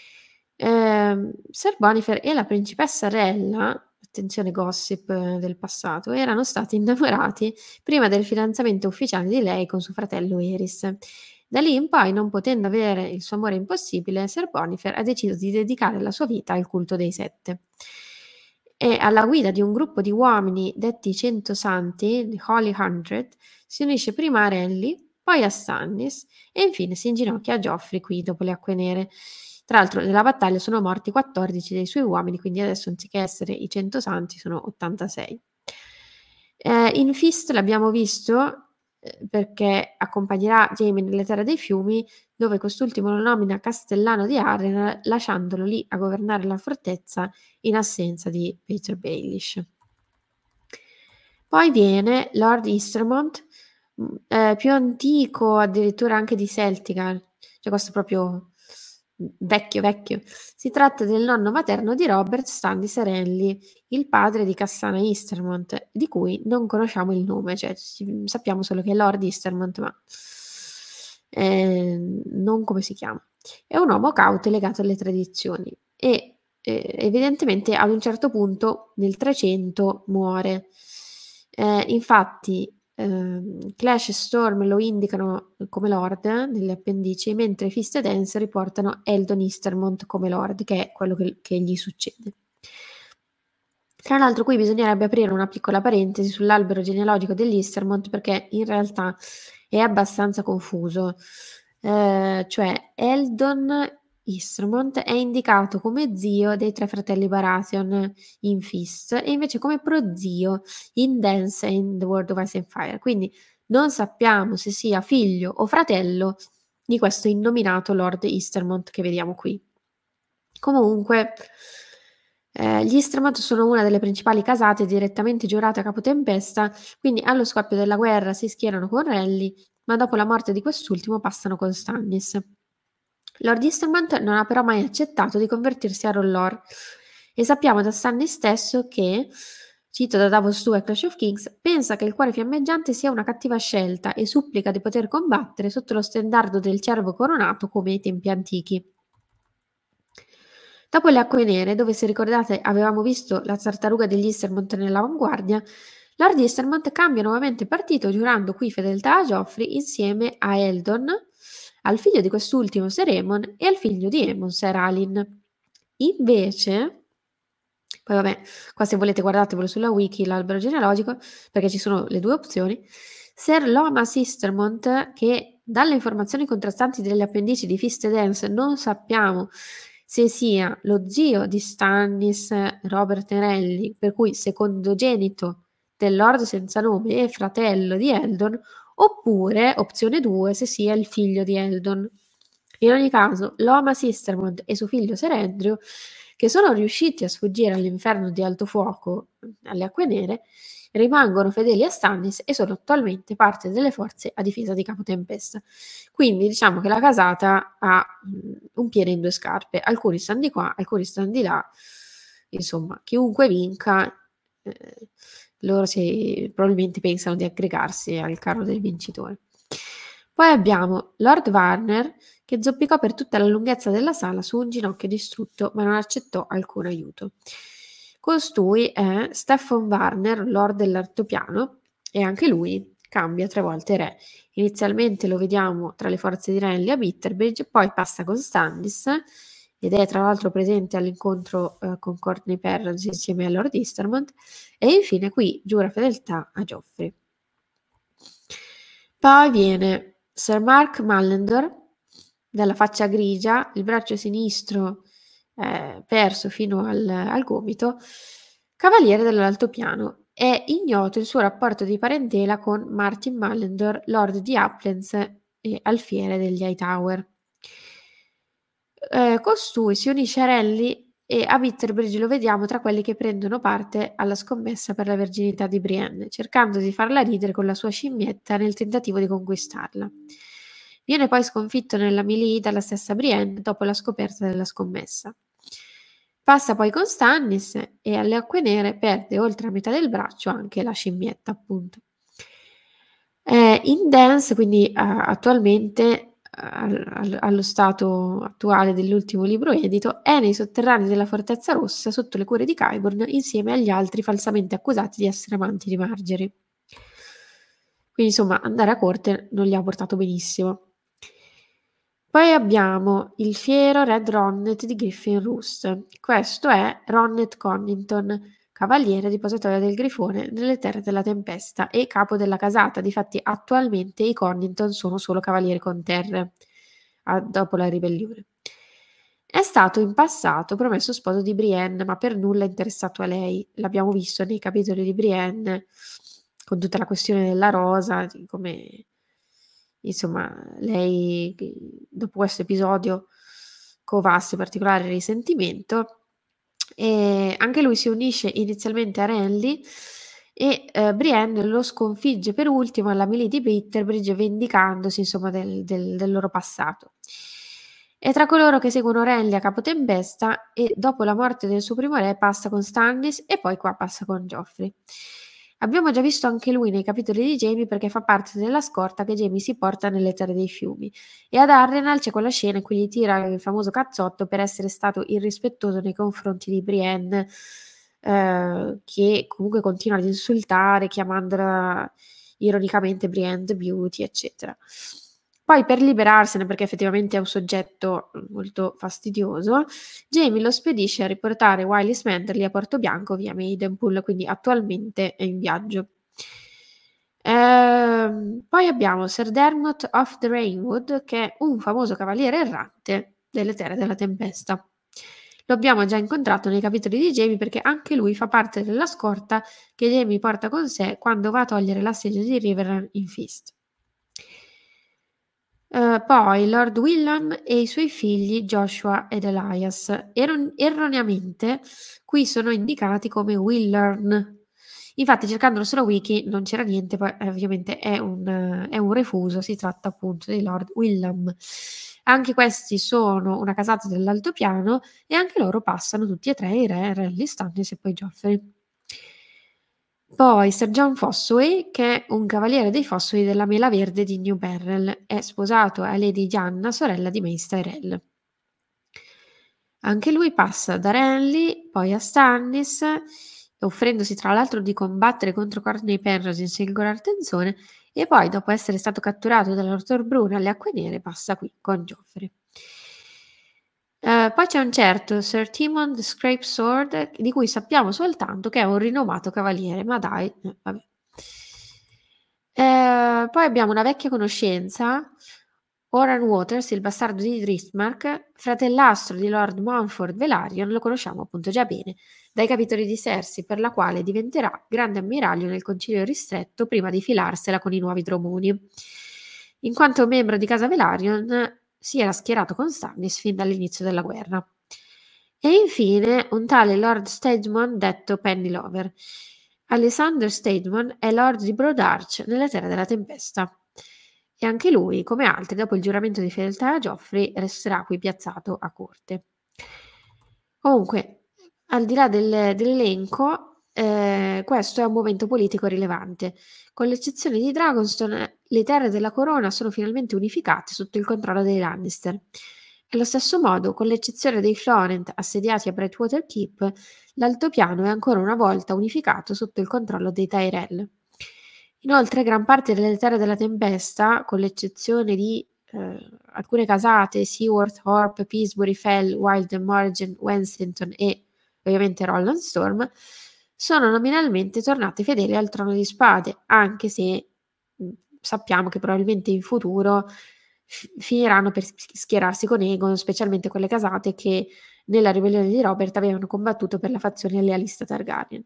Sir Bonifer e la principessa Rella, attenzione gossip del passato, erano stati innamorati prima del fidanzamento ufficiale di lei con suo fratello Eris. Da lì in poi, non potendo avere il suo amore impossibile, Sir Bonifer ha deciso di dedicare la sua vita al culto dei Sette. E alla guida di un gruppo di uomini detti 100 santi, the Holy Hundred, si unisce prima a Renly, poi a Stannis e infine si inginocchia a Joffrey qui dopo le Acque Nere. Tra l'altro nella battaglia sono morti 14 dei suoi uomini, quindi adesso anziché essere i 100 santi sono 86. In Fist l'abbiamo visto perché accompagnerà Jaime nelle terre dei fiumi, dove quest'ultimo lo nomina castellano di Arryn, lasciandolo lì a governare la fortezza in assenza di Peter Baelish. Poi viene Lord Eastermont, più antico addirittura anche di Celtigar, cioè questo proprio vecchio vecchio. Si tratta del nonno materno di Robert Stannis e Renly, il padre di Cassana Eastermont, di cui non conosciamo il nome, cioè sappiamo solo che è Lord Eastermont, ma non come si chiama. È un uomo cauto e legato alle tradizioni e evidentemente ad un certo punto nel 300 muore. Infatti Clash e Storm lo indicano come Lord nelle appendici, mentre Fist e Dance riportano Eldon Eastermont come Lord, che è quello che gli succede. Tra l'altro qui bisognerebbe aprire una piccola parentesi sull'albero genealogico degli Eastermont perché in realtà è abbastanza confuso. Cioè Eldon Eastermont è indicato come zio dei 3 fratelli Baratheon in Fist e invece come prozio in Dance e in The World of Ice and Fire. Quindi non sappiamo se sia figlio o fratello di questo innominato Lord Eastermont che vediamo qui. Comunque, gli Eastermont sono una delle principali casate direttamente giurate a Capotempesta, quindi allo scoppio della guerra si schierano con Renly, ma dopo la morte di quest'ultimo passano con Stannis. Lord Eastermont non ha però mai accettato di convertirsi a Rollor e sappiamo da Stannis stesso che, cito da Davos 2 a Clash of Kings, pensa che il cuore fiammeggiante sia una cattiva scelta e supplica di poter combattere sotto lo stendardo del cervo coronato come ai tempi antichi. Dopo le acque nere, dove se ricordate avevamo visto la tartaruga degli Eastermont nell'avanguardia, Lord Eastermont cambia nuovamente partito giurando qui fedeltà a Joffrey insieme a Eldon, al figlio di quest'ultimo Ser Aemon e al figlio di Aemon Ser Alyn. Invece, poi vabbè, qua se volete guardatevelo sulla wiki l'albero genealogico perché ci sono le due opzioni, Ser Lomas Eastermont, che dalle informazioni contrastanti delle appendici di Fist e Dance non sappiamo se sia lo zio di Stannis Robert Nerelli, per cui secondogenito del Lord senza nome e fratello di Eldon, oppure, opzione 2, se sia il figlio di Eldon. In ogni caso, Loma Sistermond e suo figlio Ser Andrew, che sono riusciti a sfuggire all'inferno di alto fuoco alle acque nere, rimangono fedeli a Stannis e sono attualmente parte delle forze a difesa di Capo Tempesta. Quindi diciamo che la casata ha un piede in due scarpe, alcuni stanno di qua, alcuni stanno di là, insomma, chiunque vinca, loro probabilmente pensano di aggregarsi al carro del vincitore. Poi abbiamo Lord Warner che zoppicò per tutta la lunghezza della sala su un ginocchio distrutto, ma non accettò alcun aiuto. Costui è Stephen Warner, Lord dell'Altopiano, e anche lui cambia 3 volte re. Inizialmente lo vediamo tra le forze di Renly a Bitterbridge, poi passa con Stannis ed è tra l'altro presente all'incontro con Courtney Perrons insieme a Lord Eastermont e infine qui giura fedeltà a Joffrey. Poi viene Sir Mark Mullendor, dalla faccia grigia, il braccio sinistro perso fino al gomito, cavaliere dell'altopiano. È ignoto il suo rapporto di parentela con Martin Mullendor, Lord di Uplands e alfiere degli Hightower. Costui si unisce a Renly e a Bitterbridge lo vediamo tra quelli che prendono parte alla scommessa per la verginità di Brienne, cercando di farla ridere con la sua scimmietta nel tentativo di conquistarla. Viene poi sconfitto nella melee dalla stessa Brienne dopo la scoperta della scommessa. Passa poi con Stannis e alle acque nere perde oltre a metà del braccio anche la scimmietta, appunto. In Dance, quindi attualmente, allo stato attuale dell'ultimo libro edito, è nei sotterranei della Fortezza Rossa sotto le cure di Qyburn insieme agli altri falsamente accusati di essere amanti di Margaery. Quindi insomma andare a corte non gli ha portato benissimo. Poi abbiamo il fiero Red Ronnet di Griffin Roost. Questo è Ronnet Connington, cavaliere di posatoio del Grifone nelle Terre della Tempesta e capo della casata. Difatti attualmente i Connington sono solo cavalieri con terre, dopo la ribellione. È stato in passato promesso sposo di Brienne, ma per nulla interessato a lei. L'abbiamo visto nei capitoli di Brienne, con tutta la questione della rosa, di come insomma lei dopo questo episodio covasse particolare risentimento e anche lui si unisce inizialmente a Renly e Brienne lo sconfigge per ultimo alla melee di Bitterbridge vendicandosi insomma del loro passato. È tra coloro che seguono Renly a Capo Tempesta e dopo la morte del suo primo re passa con Stannis e poi qua passa con Joffrey. Abbiamo già visto anche lui nei capitoli di Jaime perché fa parte della scorta che Jaime si porta nelle terre dei fiumi. E ad Harrenhal c'è quella scena in cui gli tira il famoso cazzotto per essere stato irrispettoso nei confronti di Brienne, che comunque continua ad insultare, chiamandola ironicamente Brienne the Beauty, eccetera. Poi per liberarsene, perché effettivamente è un soggetto molto fastidioso, Jaime lo spedisce a riportare Wylis Manderly a Porto Bianco via Maidenpool, quindi attualmente è in viaggio. Poi abbiamo Sir Dermot of the Rainwood, che è un famoso cavaliere errante delle Terre della Tempesta. Lo abbiamo già incontrato nei capitoli di Jaime perché anche lui fa parte della scorta che Jaime porta con sé quando va a togliere l'assedio di Riverrun in Feast. Poi Lord William e i suoi figli Joshua ed Elias. Erroneamente qui sono indicati come Willern. Infatti cercandolo sulla wiki non c'era niente, poi ovviamente è un refuso, si tratta appunto di Lord William. Anche questi sono una casata dell'altopiano e anche loro passano tutti e tre, i re, Renly, Stannis e poi Joffrey. Poi Sir John Fossoway, che è un cavaliere dei Fossoway della Mela Verde di New Peril, è sposato a Lady Diana, sorella di Mace Tyrell. Anche lui passa da Renly, poi a Stannis, offrendosi tra l'altro di combattere contro Cornei Penrose in singolar tensione, e poi, dopo essere stato catturato dall'Arthur Brune alle Acque Nere, passa qui con Joffrey. Poi c'è un certo Sir Timon the Scrape Sword, di cui sappiamo soltanto che è un rinomato cavaliere, ma dai, vabbè. Poi abbiamo una vecchia conoscenza, Oran Waters, il bastardo di Driftmark, fratellastro di Lord Montfort Velaryon, lo conosciamo appunto già bene dai capitoli di Cersei, per la quale diventerà grande ammiraglio nel concilio ristretto prima di filarsela con i nuovi Dromuni. In quanto membro di casa Velaryon, si era schierato con Stannis fin dall'inizio della guerra. E infine un tale Lord Stedmon detto Pennylover. Alexander Stedmon è Lord di Broad Arch nelle Terre della Tempesta. E anche lui, come altri, dopo il giuramento di fedeltà a Joffrey, resterà qui piazzato a corte. Comunque, al di là dell'elenco, questo è un momento politico rilevante. Con l'eccezione di Dragonstone, le terre della corona sono finalmente unificate sotto il controllo dei Lannister. Allo stesso modo, con l'eccezione dei Florent assediati a Brightwater Keep, l'altopiano è ancora una volta unificato sotto il controllo dei Tyrell. Inoltre, gran parte delle terre della tempesta, con l'eccezione di alcune casate, Seaworth, Horp, Peacebury, Fell, Wild and Morgan, Wensington e ovviamente Roland Storm, sono nominalmente tornate fedeli al Trono di Spade, anche se sappiamo che probabilmente in futuro finiranno per schierarsi con Aegon, specialmente quelle casate che nella ribellione di Robert avevano combattuto per la fazione lealista Targaryen.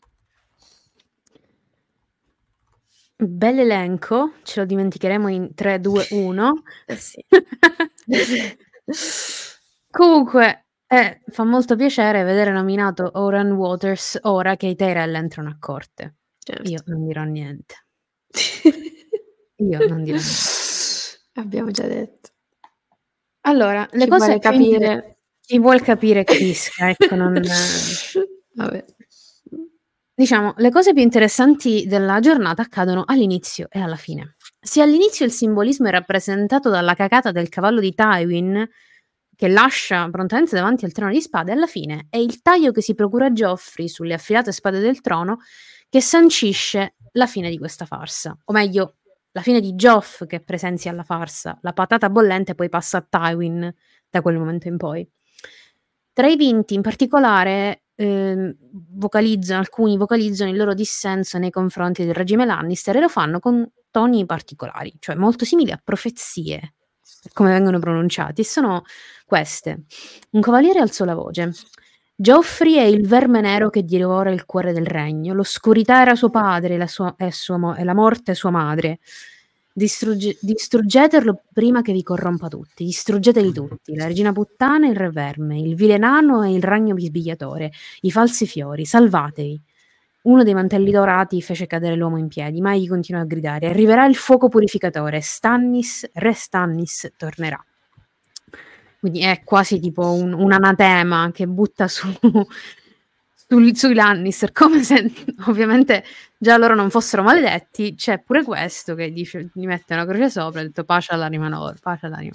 Bell'elenco, ce lo dimenticheremo in 3, 2, 1. Sì. Comunque, fa molto piacere vedere nominato Oran Waters ora che i Tyrell entrano a corte. Certo. Io non dirò niente. Io non dirò niente. Abbiamo già detto. Allora, le Chi cose vuole più capire... chi vuol capire capisca, ecco, non... Vabbè. Diciamo, le cose più interessanti della giornata accadono all'inizio e alla fine. Se all'inizio il simbolismo è rappresentato dalla cacata del cavallo di Tywin, che lascia prontamente davanti al trono di spade, alla fine è il taglio che si procura Joffrey sulle affilate spade del trono che sancisce la fine di questa farsa. O meglio, la fine di Joff che presenzia alla farsa. La patata bollente poi passa a Tywin da quel momento in poi. Tra i vinti, in particolare, alcuni vocalizzano il loro dissenso nei confronti del regime Lannister e lo fanno con toni particolari, cioè molto simili a profezie, per come vengono pronunciati, e sono queste. Un cavaliere alzò la voce. Joffrey è il verme nero che divora il cuore del regno. L'oscurità era suo padre e la morte sua madre. Distruggetelo prima che vi corrompa tutti. Distruggeteli tutti. La regina puttana e il re verme, il vile nano e il ragno bisbigliatore, i falsi fiori. Salvatevi. Uno dei mantelli dorati fece cadere l'uomo in piedi, ma egli continuò a gridare: arriverà il fuoco purificatore. Re Stannis tornerà. Quindi è quasi tipo un anatema che butta sui Lannister, come se ovviamente già loro non fossero maledetti. C'è pure questo che dice, gli mette una croce sopra e ha detto pace all'anima loro, pace all'anima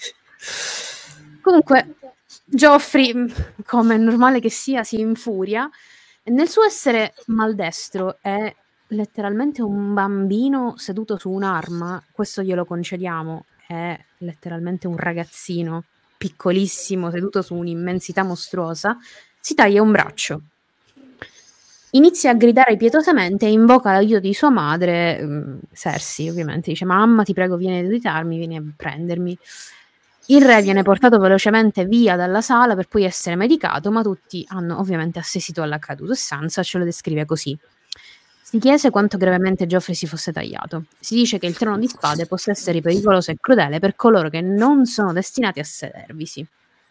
loro. Comunque Joffrey, come è normale che sia, si infuria e nel suo essere maldestro è letteralmente un bambino seduto su un'arma, questo glielo concediamo, è letteralmente un ragazzino piccolissimo seduto su un'immensità mostruosa, si taglia un braccio. Inizia a gridare pietosamente e invoca l'aiuto di sua madre, Cersei ovviamente, dice mamma ti prego vieni ad aiutarmi, vieni a prendermi. Il re viene portato velocemente via dalla sala per poi essere medicato, ma tutti hanno ovviamente assistito all'accaduto e Sansa ce lo descrive così. Si chiese quanto gravemente Joffrey si fosse tagliato. Si dice che il trono di spade possa essere pericoloso e crudele per coloro che non sono destinati a sedervisi.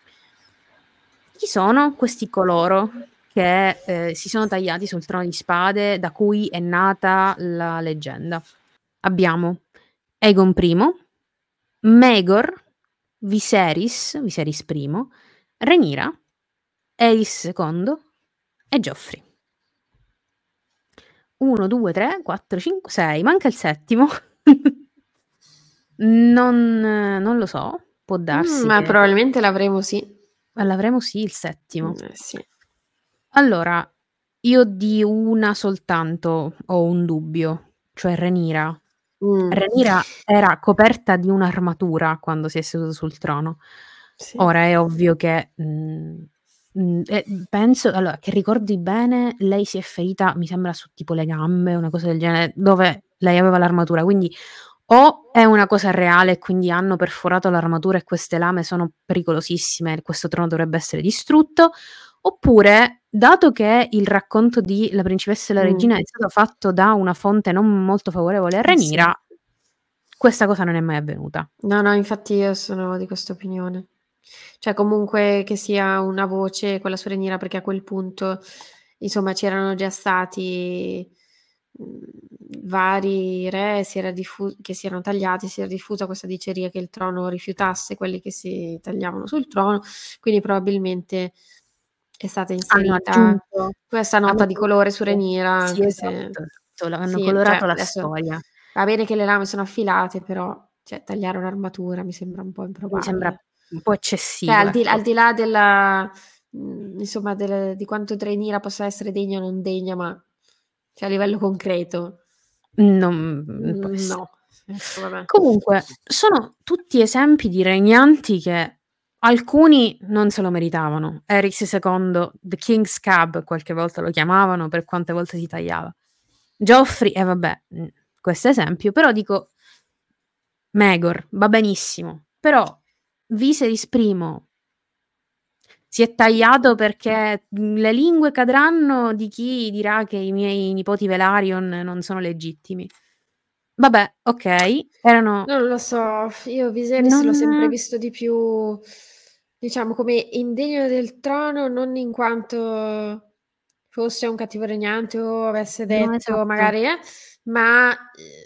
Chi sono questi coloro che si sono tagliati sul trono di spade da cui è nata la leggenda? Abbiamo Aegon I, Maegor, Viserys I, Rhaenyra, Aerys II e Joffrey. 1, 2, 3, 4, 5, 6. Manca il settimo. Non lo so, può darsi Ma che probabilmente l'avremo, sì. l'avremo sì il settimo. Sì. Allora, io di una soltanto ho un dubbio, cioè Rhaenyra. Rhaenyra era coperta di un'armatura quando si è seduta sul trono. Sì. Ora è ovvio che penso, allora, che ricordi bene, lei si è ferita, mi sembra su tipo le gambe, una cosa del genere, dove lei aveva l'armatura, quindi o è una cosa reale e quindi hanno perforato l'armatura e queste lame sono pericolosissime e questo trono dovrebbe essere distrutto, oppure, dato che il racconto di La principessa e la regina è stato fatto da una fonte non molto favorevole a Rhaenyra, questa cosa non è mai avvenuta. No, infatti io sono di questa opinione. Cioè comunque che sia una voce quella su Rhaenyra, perché a quel punto, insomma, c'erano già stati vari re, che si erano tagliati, si era diffusa questa diceria che il trono rifiutasse quelli che si tagliavano sul trono, quindi probabilmente è stata inserita questa nota di colore su Rhaenyra, Sì, anche se esatto, hanno sì, colorato cioè la adesso storia. va bene che le lame sono affilate, però cioè tagliare un'armatura mi sembra un po' Mi sembra improbabile. un po' Cioè eccessivo, al ecco. di là della insomma di quanto Rhaenyra possa essere degna o non degna, ma cioè a livello concreto Non può essere. no. Ecco, vabbè. Comunque, sono tutti esempi di regnanti che alcuni non se lo meritavano. Aerys II, The King's Cab, qualche volta lo chiamavano, per quante volte si tagliava. Joffrey, e vabbè, questo esempio, però dico, Maegor, va benissimo, però Viserys I si è tagliato perché le lingue cadranno di chi dirà che i miei nipoti Velaryon non sono legittimi. Vabbè, ok, erano... Non lo so, io Viserys l'ho sempre visto di più, diciamo, come indegno del trono, non in quanto fosse un cattivo regnante o avesse No, detto esatto. magari ma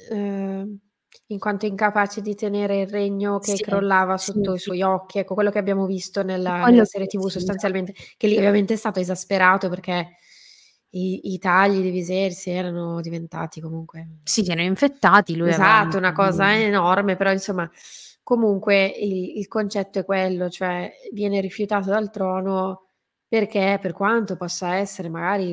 in quanto incapace di tenere il regno che Sì, crollava sì, sotto i sì. suoi occhi. Ecco, quello che abbiamo visto nella Quello serie TV sì, esatto. sostanzialmente, che lì ovviamente è stato esasperato perché i tagli di Viserys erano diventati comunque Sì, si erano infettati, lui aveva esatto, una cosa enorme, però insomma comunque il concetto è quello, cioè viene rifiutato dal trono perché, per quanto possa essere magari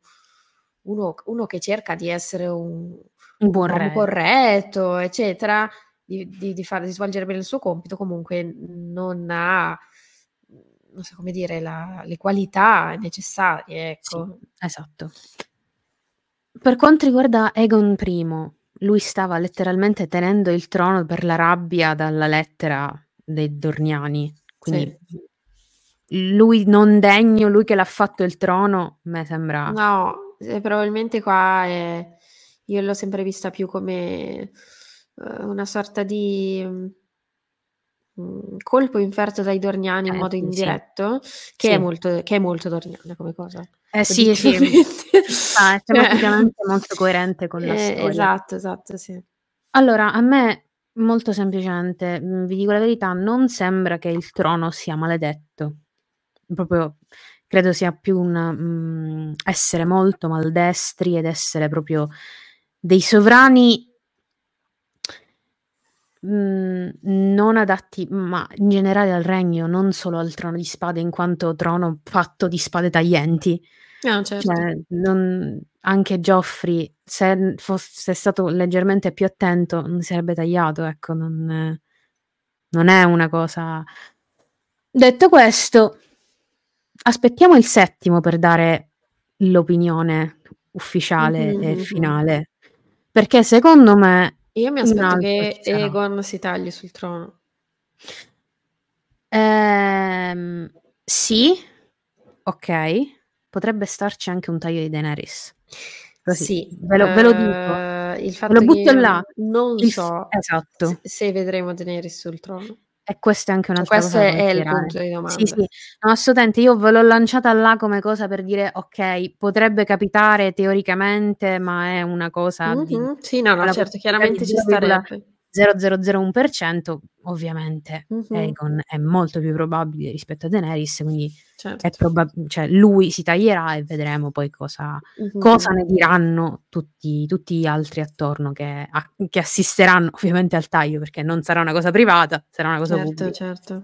uno che cerca di essere un un buon uomo re. corretto, eccetera, di svolgere bene il suo compito, comunque non ha, non so come dire, le qualità necessarie, Sì, ecco. esatto. Per quanto riguarda Aegon I, lui stava letteralmente tenendo il trono per la rabbia dalla lettera dei Dorniani, quindi lui non degno, lui che l'ha fatto il trono, me sembra... No, probabilmente qua io l'ho sempre vista più come, una sorta di, colpo inferto dai Dorniani in modo sì, sì, indiretto, sì. che è molto dorniana come cosa. Sì, sì, ci sta, è Cioè tematicamente molto coerente con la storia. esatto, sì. Allora, a me molto semplicemente, vi dico la verità, non sembra che il trono sia maledetto. Proprio credo sia più un, essere molto maldestri ed essere proprio dei sovrani non adatti, ma in generale al regno, non solo al Trono di Spade, in quanto trono fatto di spade taglienti. No, certo. Cioè, anche Joffrey, se fosse stato leggermente più attento, non si sarebbe tagliato, ecco, non è una cosa... Detto questo, aspettiamo il settimo per dare l'opinione ufficiale e finale, perché secondo me Io mi un aspetto altro che ci sarà. Aegon si tagli sul trono. Sì, okay, potrebbe starci anche un taglio di Daenerys. Così, Sì, ve lo dico, il ve lo fatto che butto là. io non Il f so esatto. se vedremo Daenerys sul trono. E questa è anche Cioè un'altra questo cosa da è il considerare. punto di Sì, domanda. sì, no, assolutamente, io ve l'ho lanciata là come cosa per dire: "Okay, potrebbe capitare teoricamente, ma è una cosa di Sì, no, alla certo, possibilità di chiaramente ci starebbe. 0,001%, ovviamente Mh-mh. Aegon è molto più probabile rispetto a Daenerys, quindi è Certo. cioè lui si taglierà e vedremo poi cosa Mh-mh-mh. ne diranno tutti gli altri attorno che assisteranno ovviamente al taglio, perché non sarà una cosa privata, sarà una cosa Certo, pubblica. certo.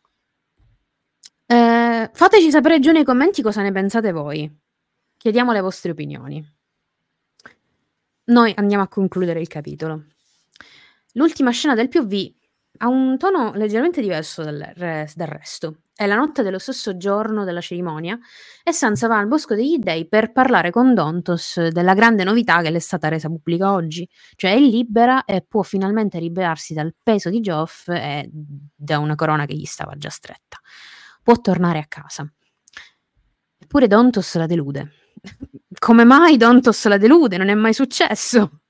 Fateci sapere giù nei commenti cosa ne pensate voi. Chiediamo le vostre opinioni. Noi andiamo a concludere il capitolo. L'ultima scena del POV ha un tono leggermente diverso dal resto. È la notte dello stesso giorno della cerimonia e Sansa va al Bosco degli Dei per parlare con Dontos della grande novità che le è stata resa pubblica oggi. Cioè è libera e può finalmente liberarsi dal peso di Joff e da una corona che gli stava già stretta. Può tornare a casa. Eppure Dontos la delude. Come mai Dontos la delude? Non è mai successo.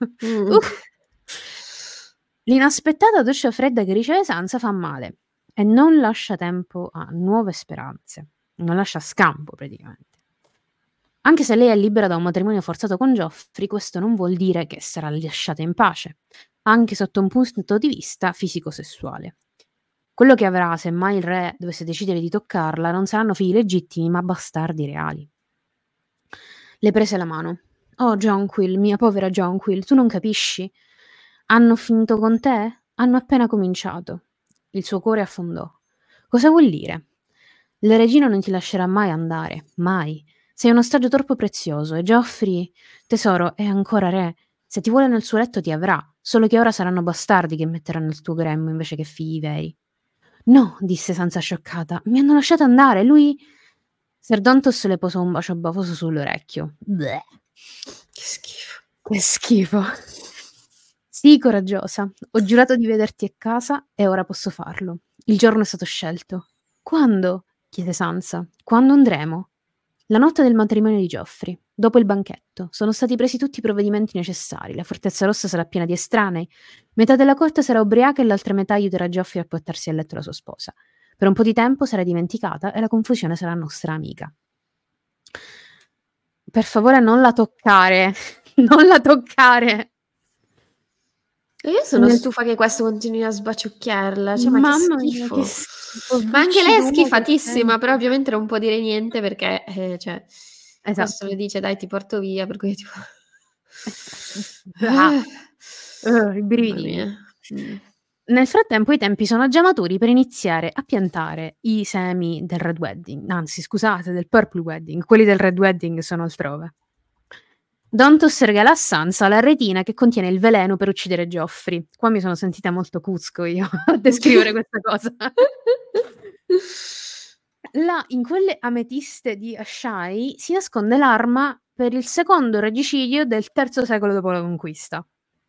L'inaspettata doccia fredda che riceve Sansa fa male e non lascia tempo a nuove speranze. Non lascia scampo, praticamente. Anche se lei è libera da un matrimonio forzato con Joffrey, questo non vuol dire che sarà lasciata in pace, anche sotto un punto di vista fisico-sessuale. Quello che avrà, se mai il re dovesse decidere di toccarla, non saranno figli legittimi, ma bastardi reali. Le prese la mano. Oh, Jonquil, mia povera Jonquil, tu non capisci? Hanno finito con te? Hanno appena cominciato. Il suo cuore affondò. Cosa vuol dire? La regina non ti lascerà mai andare, mai. Sei un ostaggio troppo prezioso e Joffrey, tesoro, è ancora re. Se ti vuole nel suo letto ti avrà, solo che ora saranno bastardi che metteranno il tuo grembo invece che figli veri. No, disse Sansa scioccata, mi hanno lasciato andare, lui... Ser Dontos le posò un bacio bafoso sull'orecchio. Bleh. Che schifo. Che schifo. Sì, coraggiosa. Ho giurato di vederti a casa e ora posso farlo. Il giorno è stato scelto. Quando? Chiese Sansa. Quando andremo? La notte del matrimonio di Joffrey, dopo il banchetto. Sono stati presi tutti i provvedimenti necessari. La Fortezza Rossa sarà piena di estranei. Metà della corte sarà ubriaca e l'altra metà aiuterà Joffrey a portarsi a letto la sua sposa. Per un po' di tempo sarà dimenticata e la confusione sarà nostra amica. Per favore non la toccare. Non la toccare. Io sono stufa che questo continui a sbaciocchiarla, cioè ma che Mamma mia, schifo. che schifo. Ma anche lei è Bucci d'uomo schifatissima, però potente. ovviamente non può dire niente perché, cioè, questo Esatto. le dice dai ti porto via, per cui tipo... Ah, i Mamma brividini. mia. Nel frattempo i tempi sono già maturi per iniziare a piantare i semi del Red Wedding, anzi scusate, del Purple Wedding, quelli del Red Wedding sono altrove. Dontos regala a Sansa la retina che contiene il veleno per uccidere Joffrey. Qua mi sono sentita molto Cuzco io a descrivere questa cosa. Là, in quelle ametiste di Asshai, si nasconde l'arma per il secondo regicidio del III secolo dopo la conquista.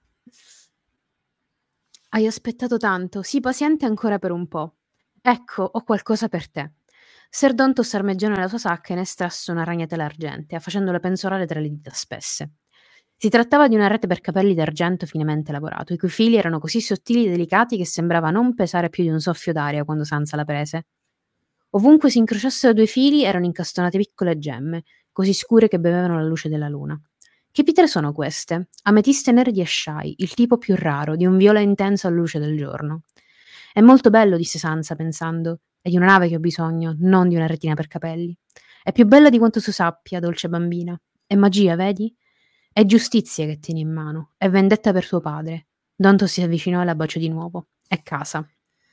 Hai aspettato tanto, sii paziente ancora per un po'. Ecco, ho qualcosa per te. Ser Dontos armeggiò nella sua sacca e ne estrasse una ragnatela argentea, facendola penzolare tra le dita spesse. Si trattava di una rete per capelli d'argento finemente lavorato, i cui fili erano così sottili e delicati che sembrava non pesare più di un soffio d'aria quando Sansa la prese. Ovunque si incrociassero due fili erano incastonate piccole gemme, così scure che bevevano la luce della luna. Che pietre sono queste? Ametiste nere di Asshai, il tipo più raro, di un viola intenso alla luce del giorno. È molto bello, disse Sansa, pensando. È di una nave che ho bisogno, non di una retina per capelli. È più bella di quanto tu sappia, dolce bambina. È magia, vedi? È giustizia che tieni in mano. È vendetta per tuo padre. Donto si avvicinò e la baciò di nuovo. È casa.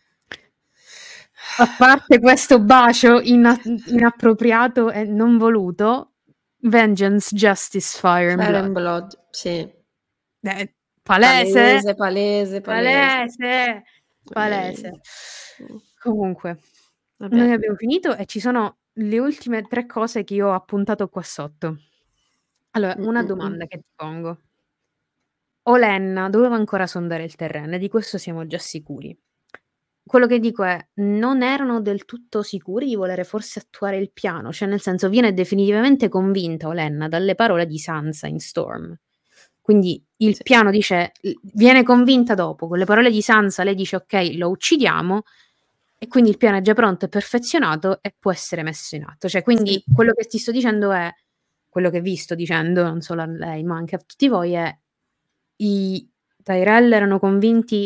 A parte questo bacio inappropriato e non voluto, vengeance, justice, fire and blood. Blood, sì. Palese. Comunque, Vabbè. noi abbiamo finito e ci sono le ultime 3 cose che io ho appuntato qua sotto. Allora, una domanda che ti pongo. Olenna doveva ancora sondare il terreno e di questo siamo già sicuri. Quello che dico è, non erano del tutto sicuri di volere forse attuare il piano, cioè nel senso viene definitivamente convinta Olenna dalle parole di Sansa in Storm. Quindi il piano dice, viene convinta dopo, con le parole di Sansa lei dice ok, lo uccidiamo e quindi il piano è già pronto e perfezionato e può essere messo in atto. Cioè quindi quello che ti sto dicendo è, quello che vi sto dicendo, non solo a lei ma anche a tutti voi, è i Tyrell erano convinti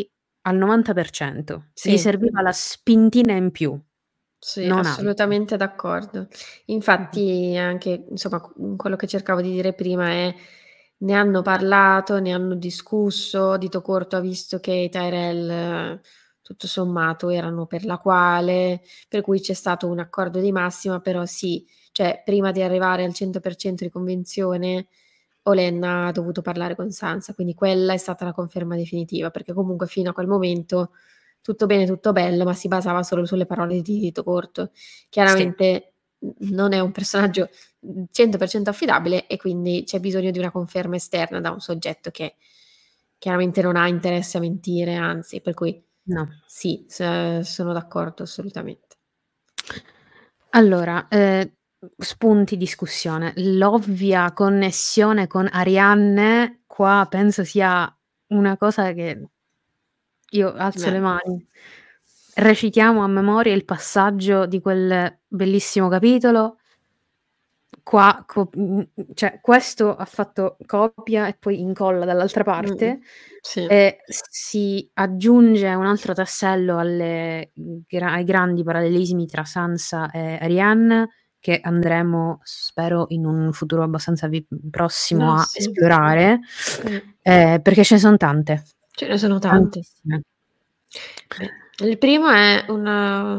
al 90%. Gli Sì. serviva la spintina in più, Sì, non altro. assolutamente d'accordo. Infatti anche, insomma, quello che cercavo di dire prima è: ne hanno parlato, ne hanno discusso, Dito Corto ha visto che i Tyrell, tutto sommato erano per la quale, per cui c'è stato un accordo di massima, però sì, cioè prima di arrivare al 100% di convinzione, Olenna ha dovuto parlare con Sansa, quindi quella è stata la conferma definitiva, perché comunque fino a quel momento tutto bene, tutto bello, ma si basava solo sulle parole di Dito Corto. Sì. Chiaramente non è un personaggio 100% affidabile e quindi c'è bisogno di una conferma esterna da un soggetto che chiaramente non ha interesse a mentire, anzi, per cui No. sì, sono d'accordo assolutamente. Allora, spunti discussione. L'ovvia connessione con Arianne qua penso sia una cosa che io alzo le mani. Recitiamo a memoria il passaggio di quel bellissimo capitolo. Qua cioè questo ha fatto copia e poi incolla dall'altra parte Sì. e si aggiunge un altro tassello ai grandi parallelismi tra Sansa e Arianne che andremo, spero, in un futuro abbastanza prossimo a sì. esplorare, perché ce ne son tante. Ce ne sono tante. Tantissime. Il primo è una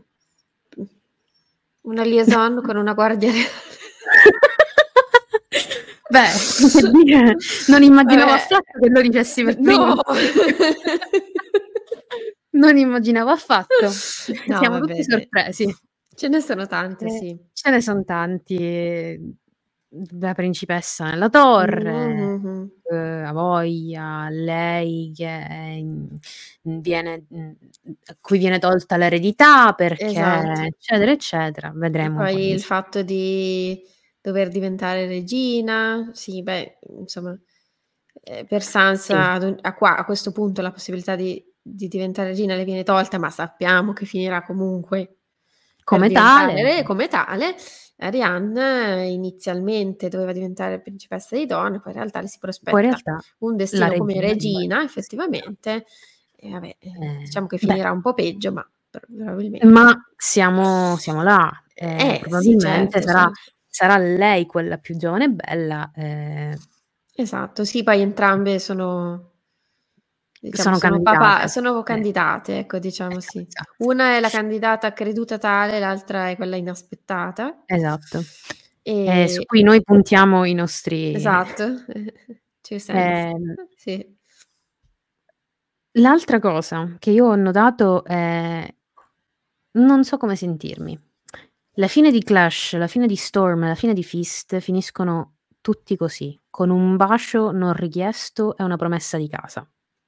liaison con una guardia reale. Beh, che dire, non immaginavo affatto che lo dicessi per primo. No! Non immaginavo affatto. No, Siamo vabbè, tutti dai. sorpresi. Ce ne sono tante, sì. Ce ne son tanti. La principessa nella torre, a voglia, lei che, viene a cui viene tolta l'eredità perché Esatto. eccetera, eccetera. E Vedremo poi poi il fatto di dover diventare regina, sì, beh, insomma, per Sì. Sansa a questo punto la possibilità di diventare regina le viene tolta, ma sappiamo che finirà comunque per Come diventare tale re come tale. Arianne inizialmente doveva diventare principessa di Dorne, poi in realtà le si poi in prospetta realtà un la destino come regina regina effettivamente, e vabbè, diciamo che beh, finirà un po' peggio, ma probabilmente ma siamo là. sì, Probabilmente certo, sarà certo. sarà lei quella più giovane e bella, Esatto, sì, poi entrambe sono diciamo sono candidate. sono candidate, ecco, diciamo sì. Esatto. Una è la candidata creduta tale, l'altra è quella inaspettata. Esatto. Su E cui noi puntiamo i nostri esatto, 2 cents. ehm, Sì. l'altra cosa che io ho notato è non so come sentirmi. La fine di Clash, la fine di Storm e la fine di Feast finiscono tutti così, con un bacio non richiesto e una promessa di casa.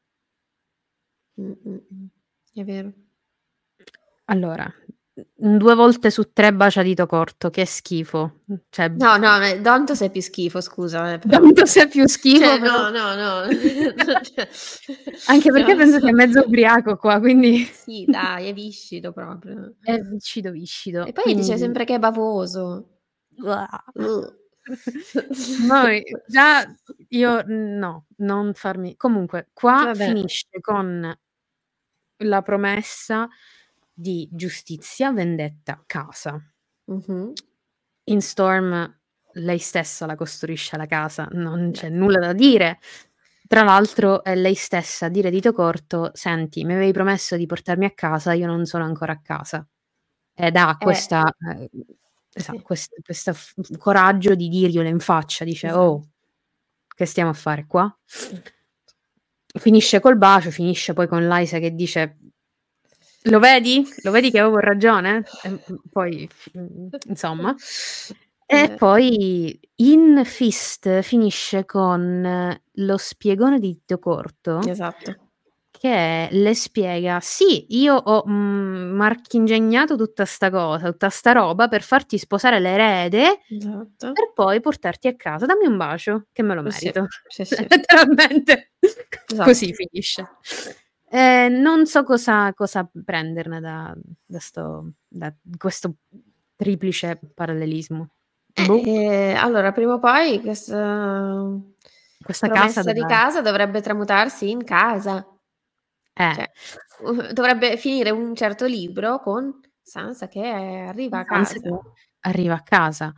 È vero. Allora, 2 volte su 3 bacia Dito Corto, che schifo. Cioè, No, no, Dantos è più schifo, scusa, però. Dantos è più schifo Cioè però no, no, no. Cioè anche perché no, penso sia mezzo ubriaco qua, quindi sì, dai, è viscido proprio. è viscido, viscido. E poi dice Quindi sempre che è bavoso. Uh. noi già io no, non farmi comunque qua Vabbè. finisce con la promessa di giustizia, vendetta, casa. Mh-mh. In Storm lei stessa la costruisce la casa, non Beh. c'è nulla da dire. Tra l'altro è lei stessa a dire a Dito Corto: "Senti, mi avevi promesso di portarmi a casa, io non sono ancora a casa." Ed ha questa Sì, questa coraggio di dirglielo in faccia, dice: esatto. "Oh, che stiamo a fare qua?" Finisce col bacio, finisce poi con Lysa che dice: "Lo vedi? Lo vedi che avevo ragione?" Poi insomma. E poi in Fist finisce con lo spiegone di Dito Corto Esatto, che le spiega: "Sì, io ho, marchingegnato tutta 'sta cosa, tutta 'sta roba per farti sposare l'erede, esatto. per poi portarti a casa. Dammi un bacio che me lo Sì, merito." sì, sì, Letteralmente esatto. così finisce. Non so cosa prenderne da questo triplice parallelismo. Boh, Allora prima o poi questa questa casa promessa di dovrà casa dovrebbe tramutarsi in casa. Cioè, dovrebbe finire un certo libro con Sansa che arriva a Sansa che casa. arriva a casa.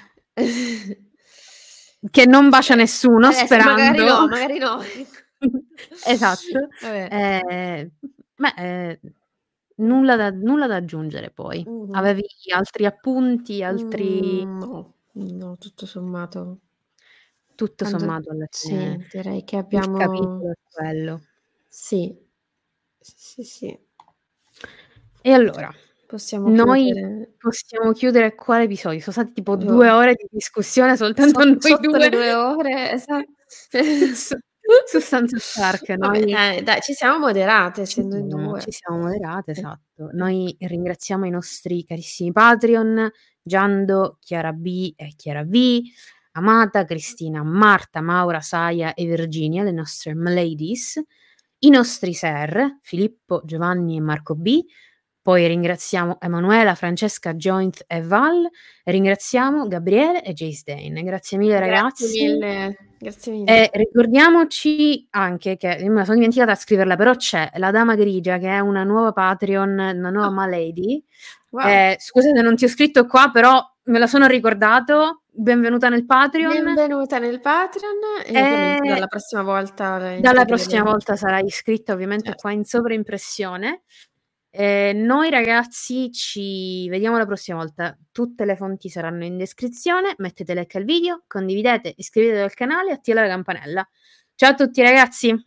Eh. Che non bacia nessuno, Adesso magari sperando. no, magari no. Esatto. Vabbè. Nulla da aggiungere poi. Mh-mh. Avevi altri appunti, altri No, tutto sommato tutto quando sommato alla fine sì, direi che il abbiamo capitolo è quello. sì. Sì. E allora, Possiamo noi chiudere possiamo chiudere quale episodio? Sono stati tipo 2 boh, ore di discussione soltanto noi sotto 2 le 2 ore, su su Sansa Stark. Vabbè dai, ci siamo moderate essendo in Ci 2. siamo moderate, esatto. Noi ringraziamo i nostri carissimi Patreon, Giando, Chiara B e Chiara V, Amata, Cristina, Marta, Maura, Saia e Virginia, le nostre Mladies, i nostri Ser, Filippo, Giovanni e Marco B. Poi ringraziamo Emanuela, Francesca, Joint e Val. E ringraziamo Gabriele e Jace Dane. Grazie mille Grazie ragazzi. mille, grazie E mille. ricordiamoci anche che io me la sono dimenticata a scriverla, però c'è la Dama Grigia che è una nuova Patreon, una nuova Malady. Wow. Scusa se non ti ho scritto qua, però me la sono ricordato. Benvenuta nel Patreon. Benvenuta nel Patreon e ovviamente E dalla prossima volta la dalla prossima integriremo. volta sarai iscritta ovviamente qua in sovraimpressione. Noi ragazzi ci vediamo la prossima volta. Tutte le fonti saranno in descrizione. Mettete like al video, condividete, iscrivetevi al canale e attivate la campanella. Ciao a tutti ragazzi!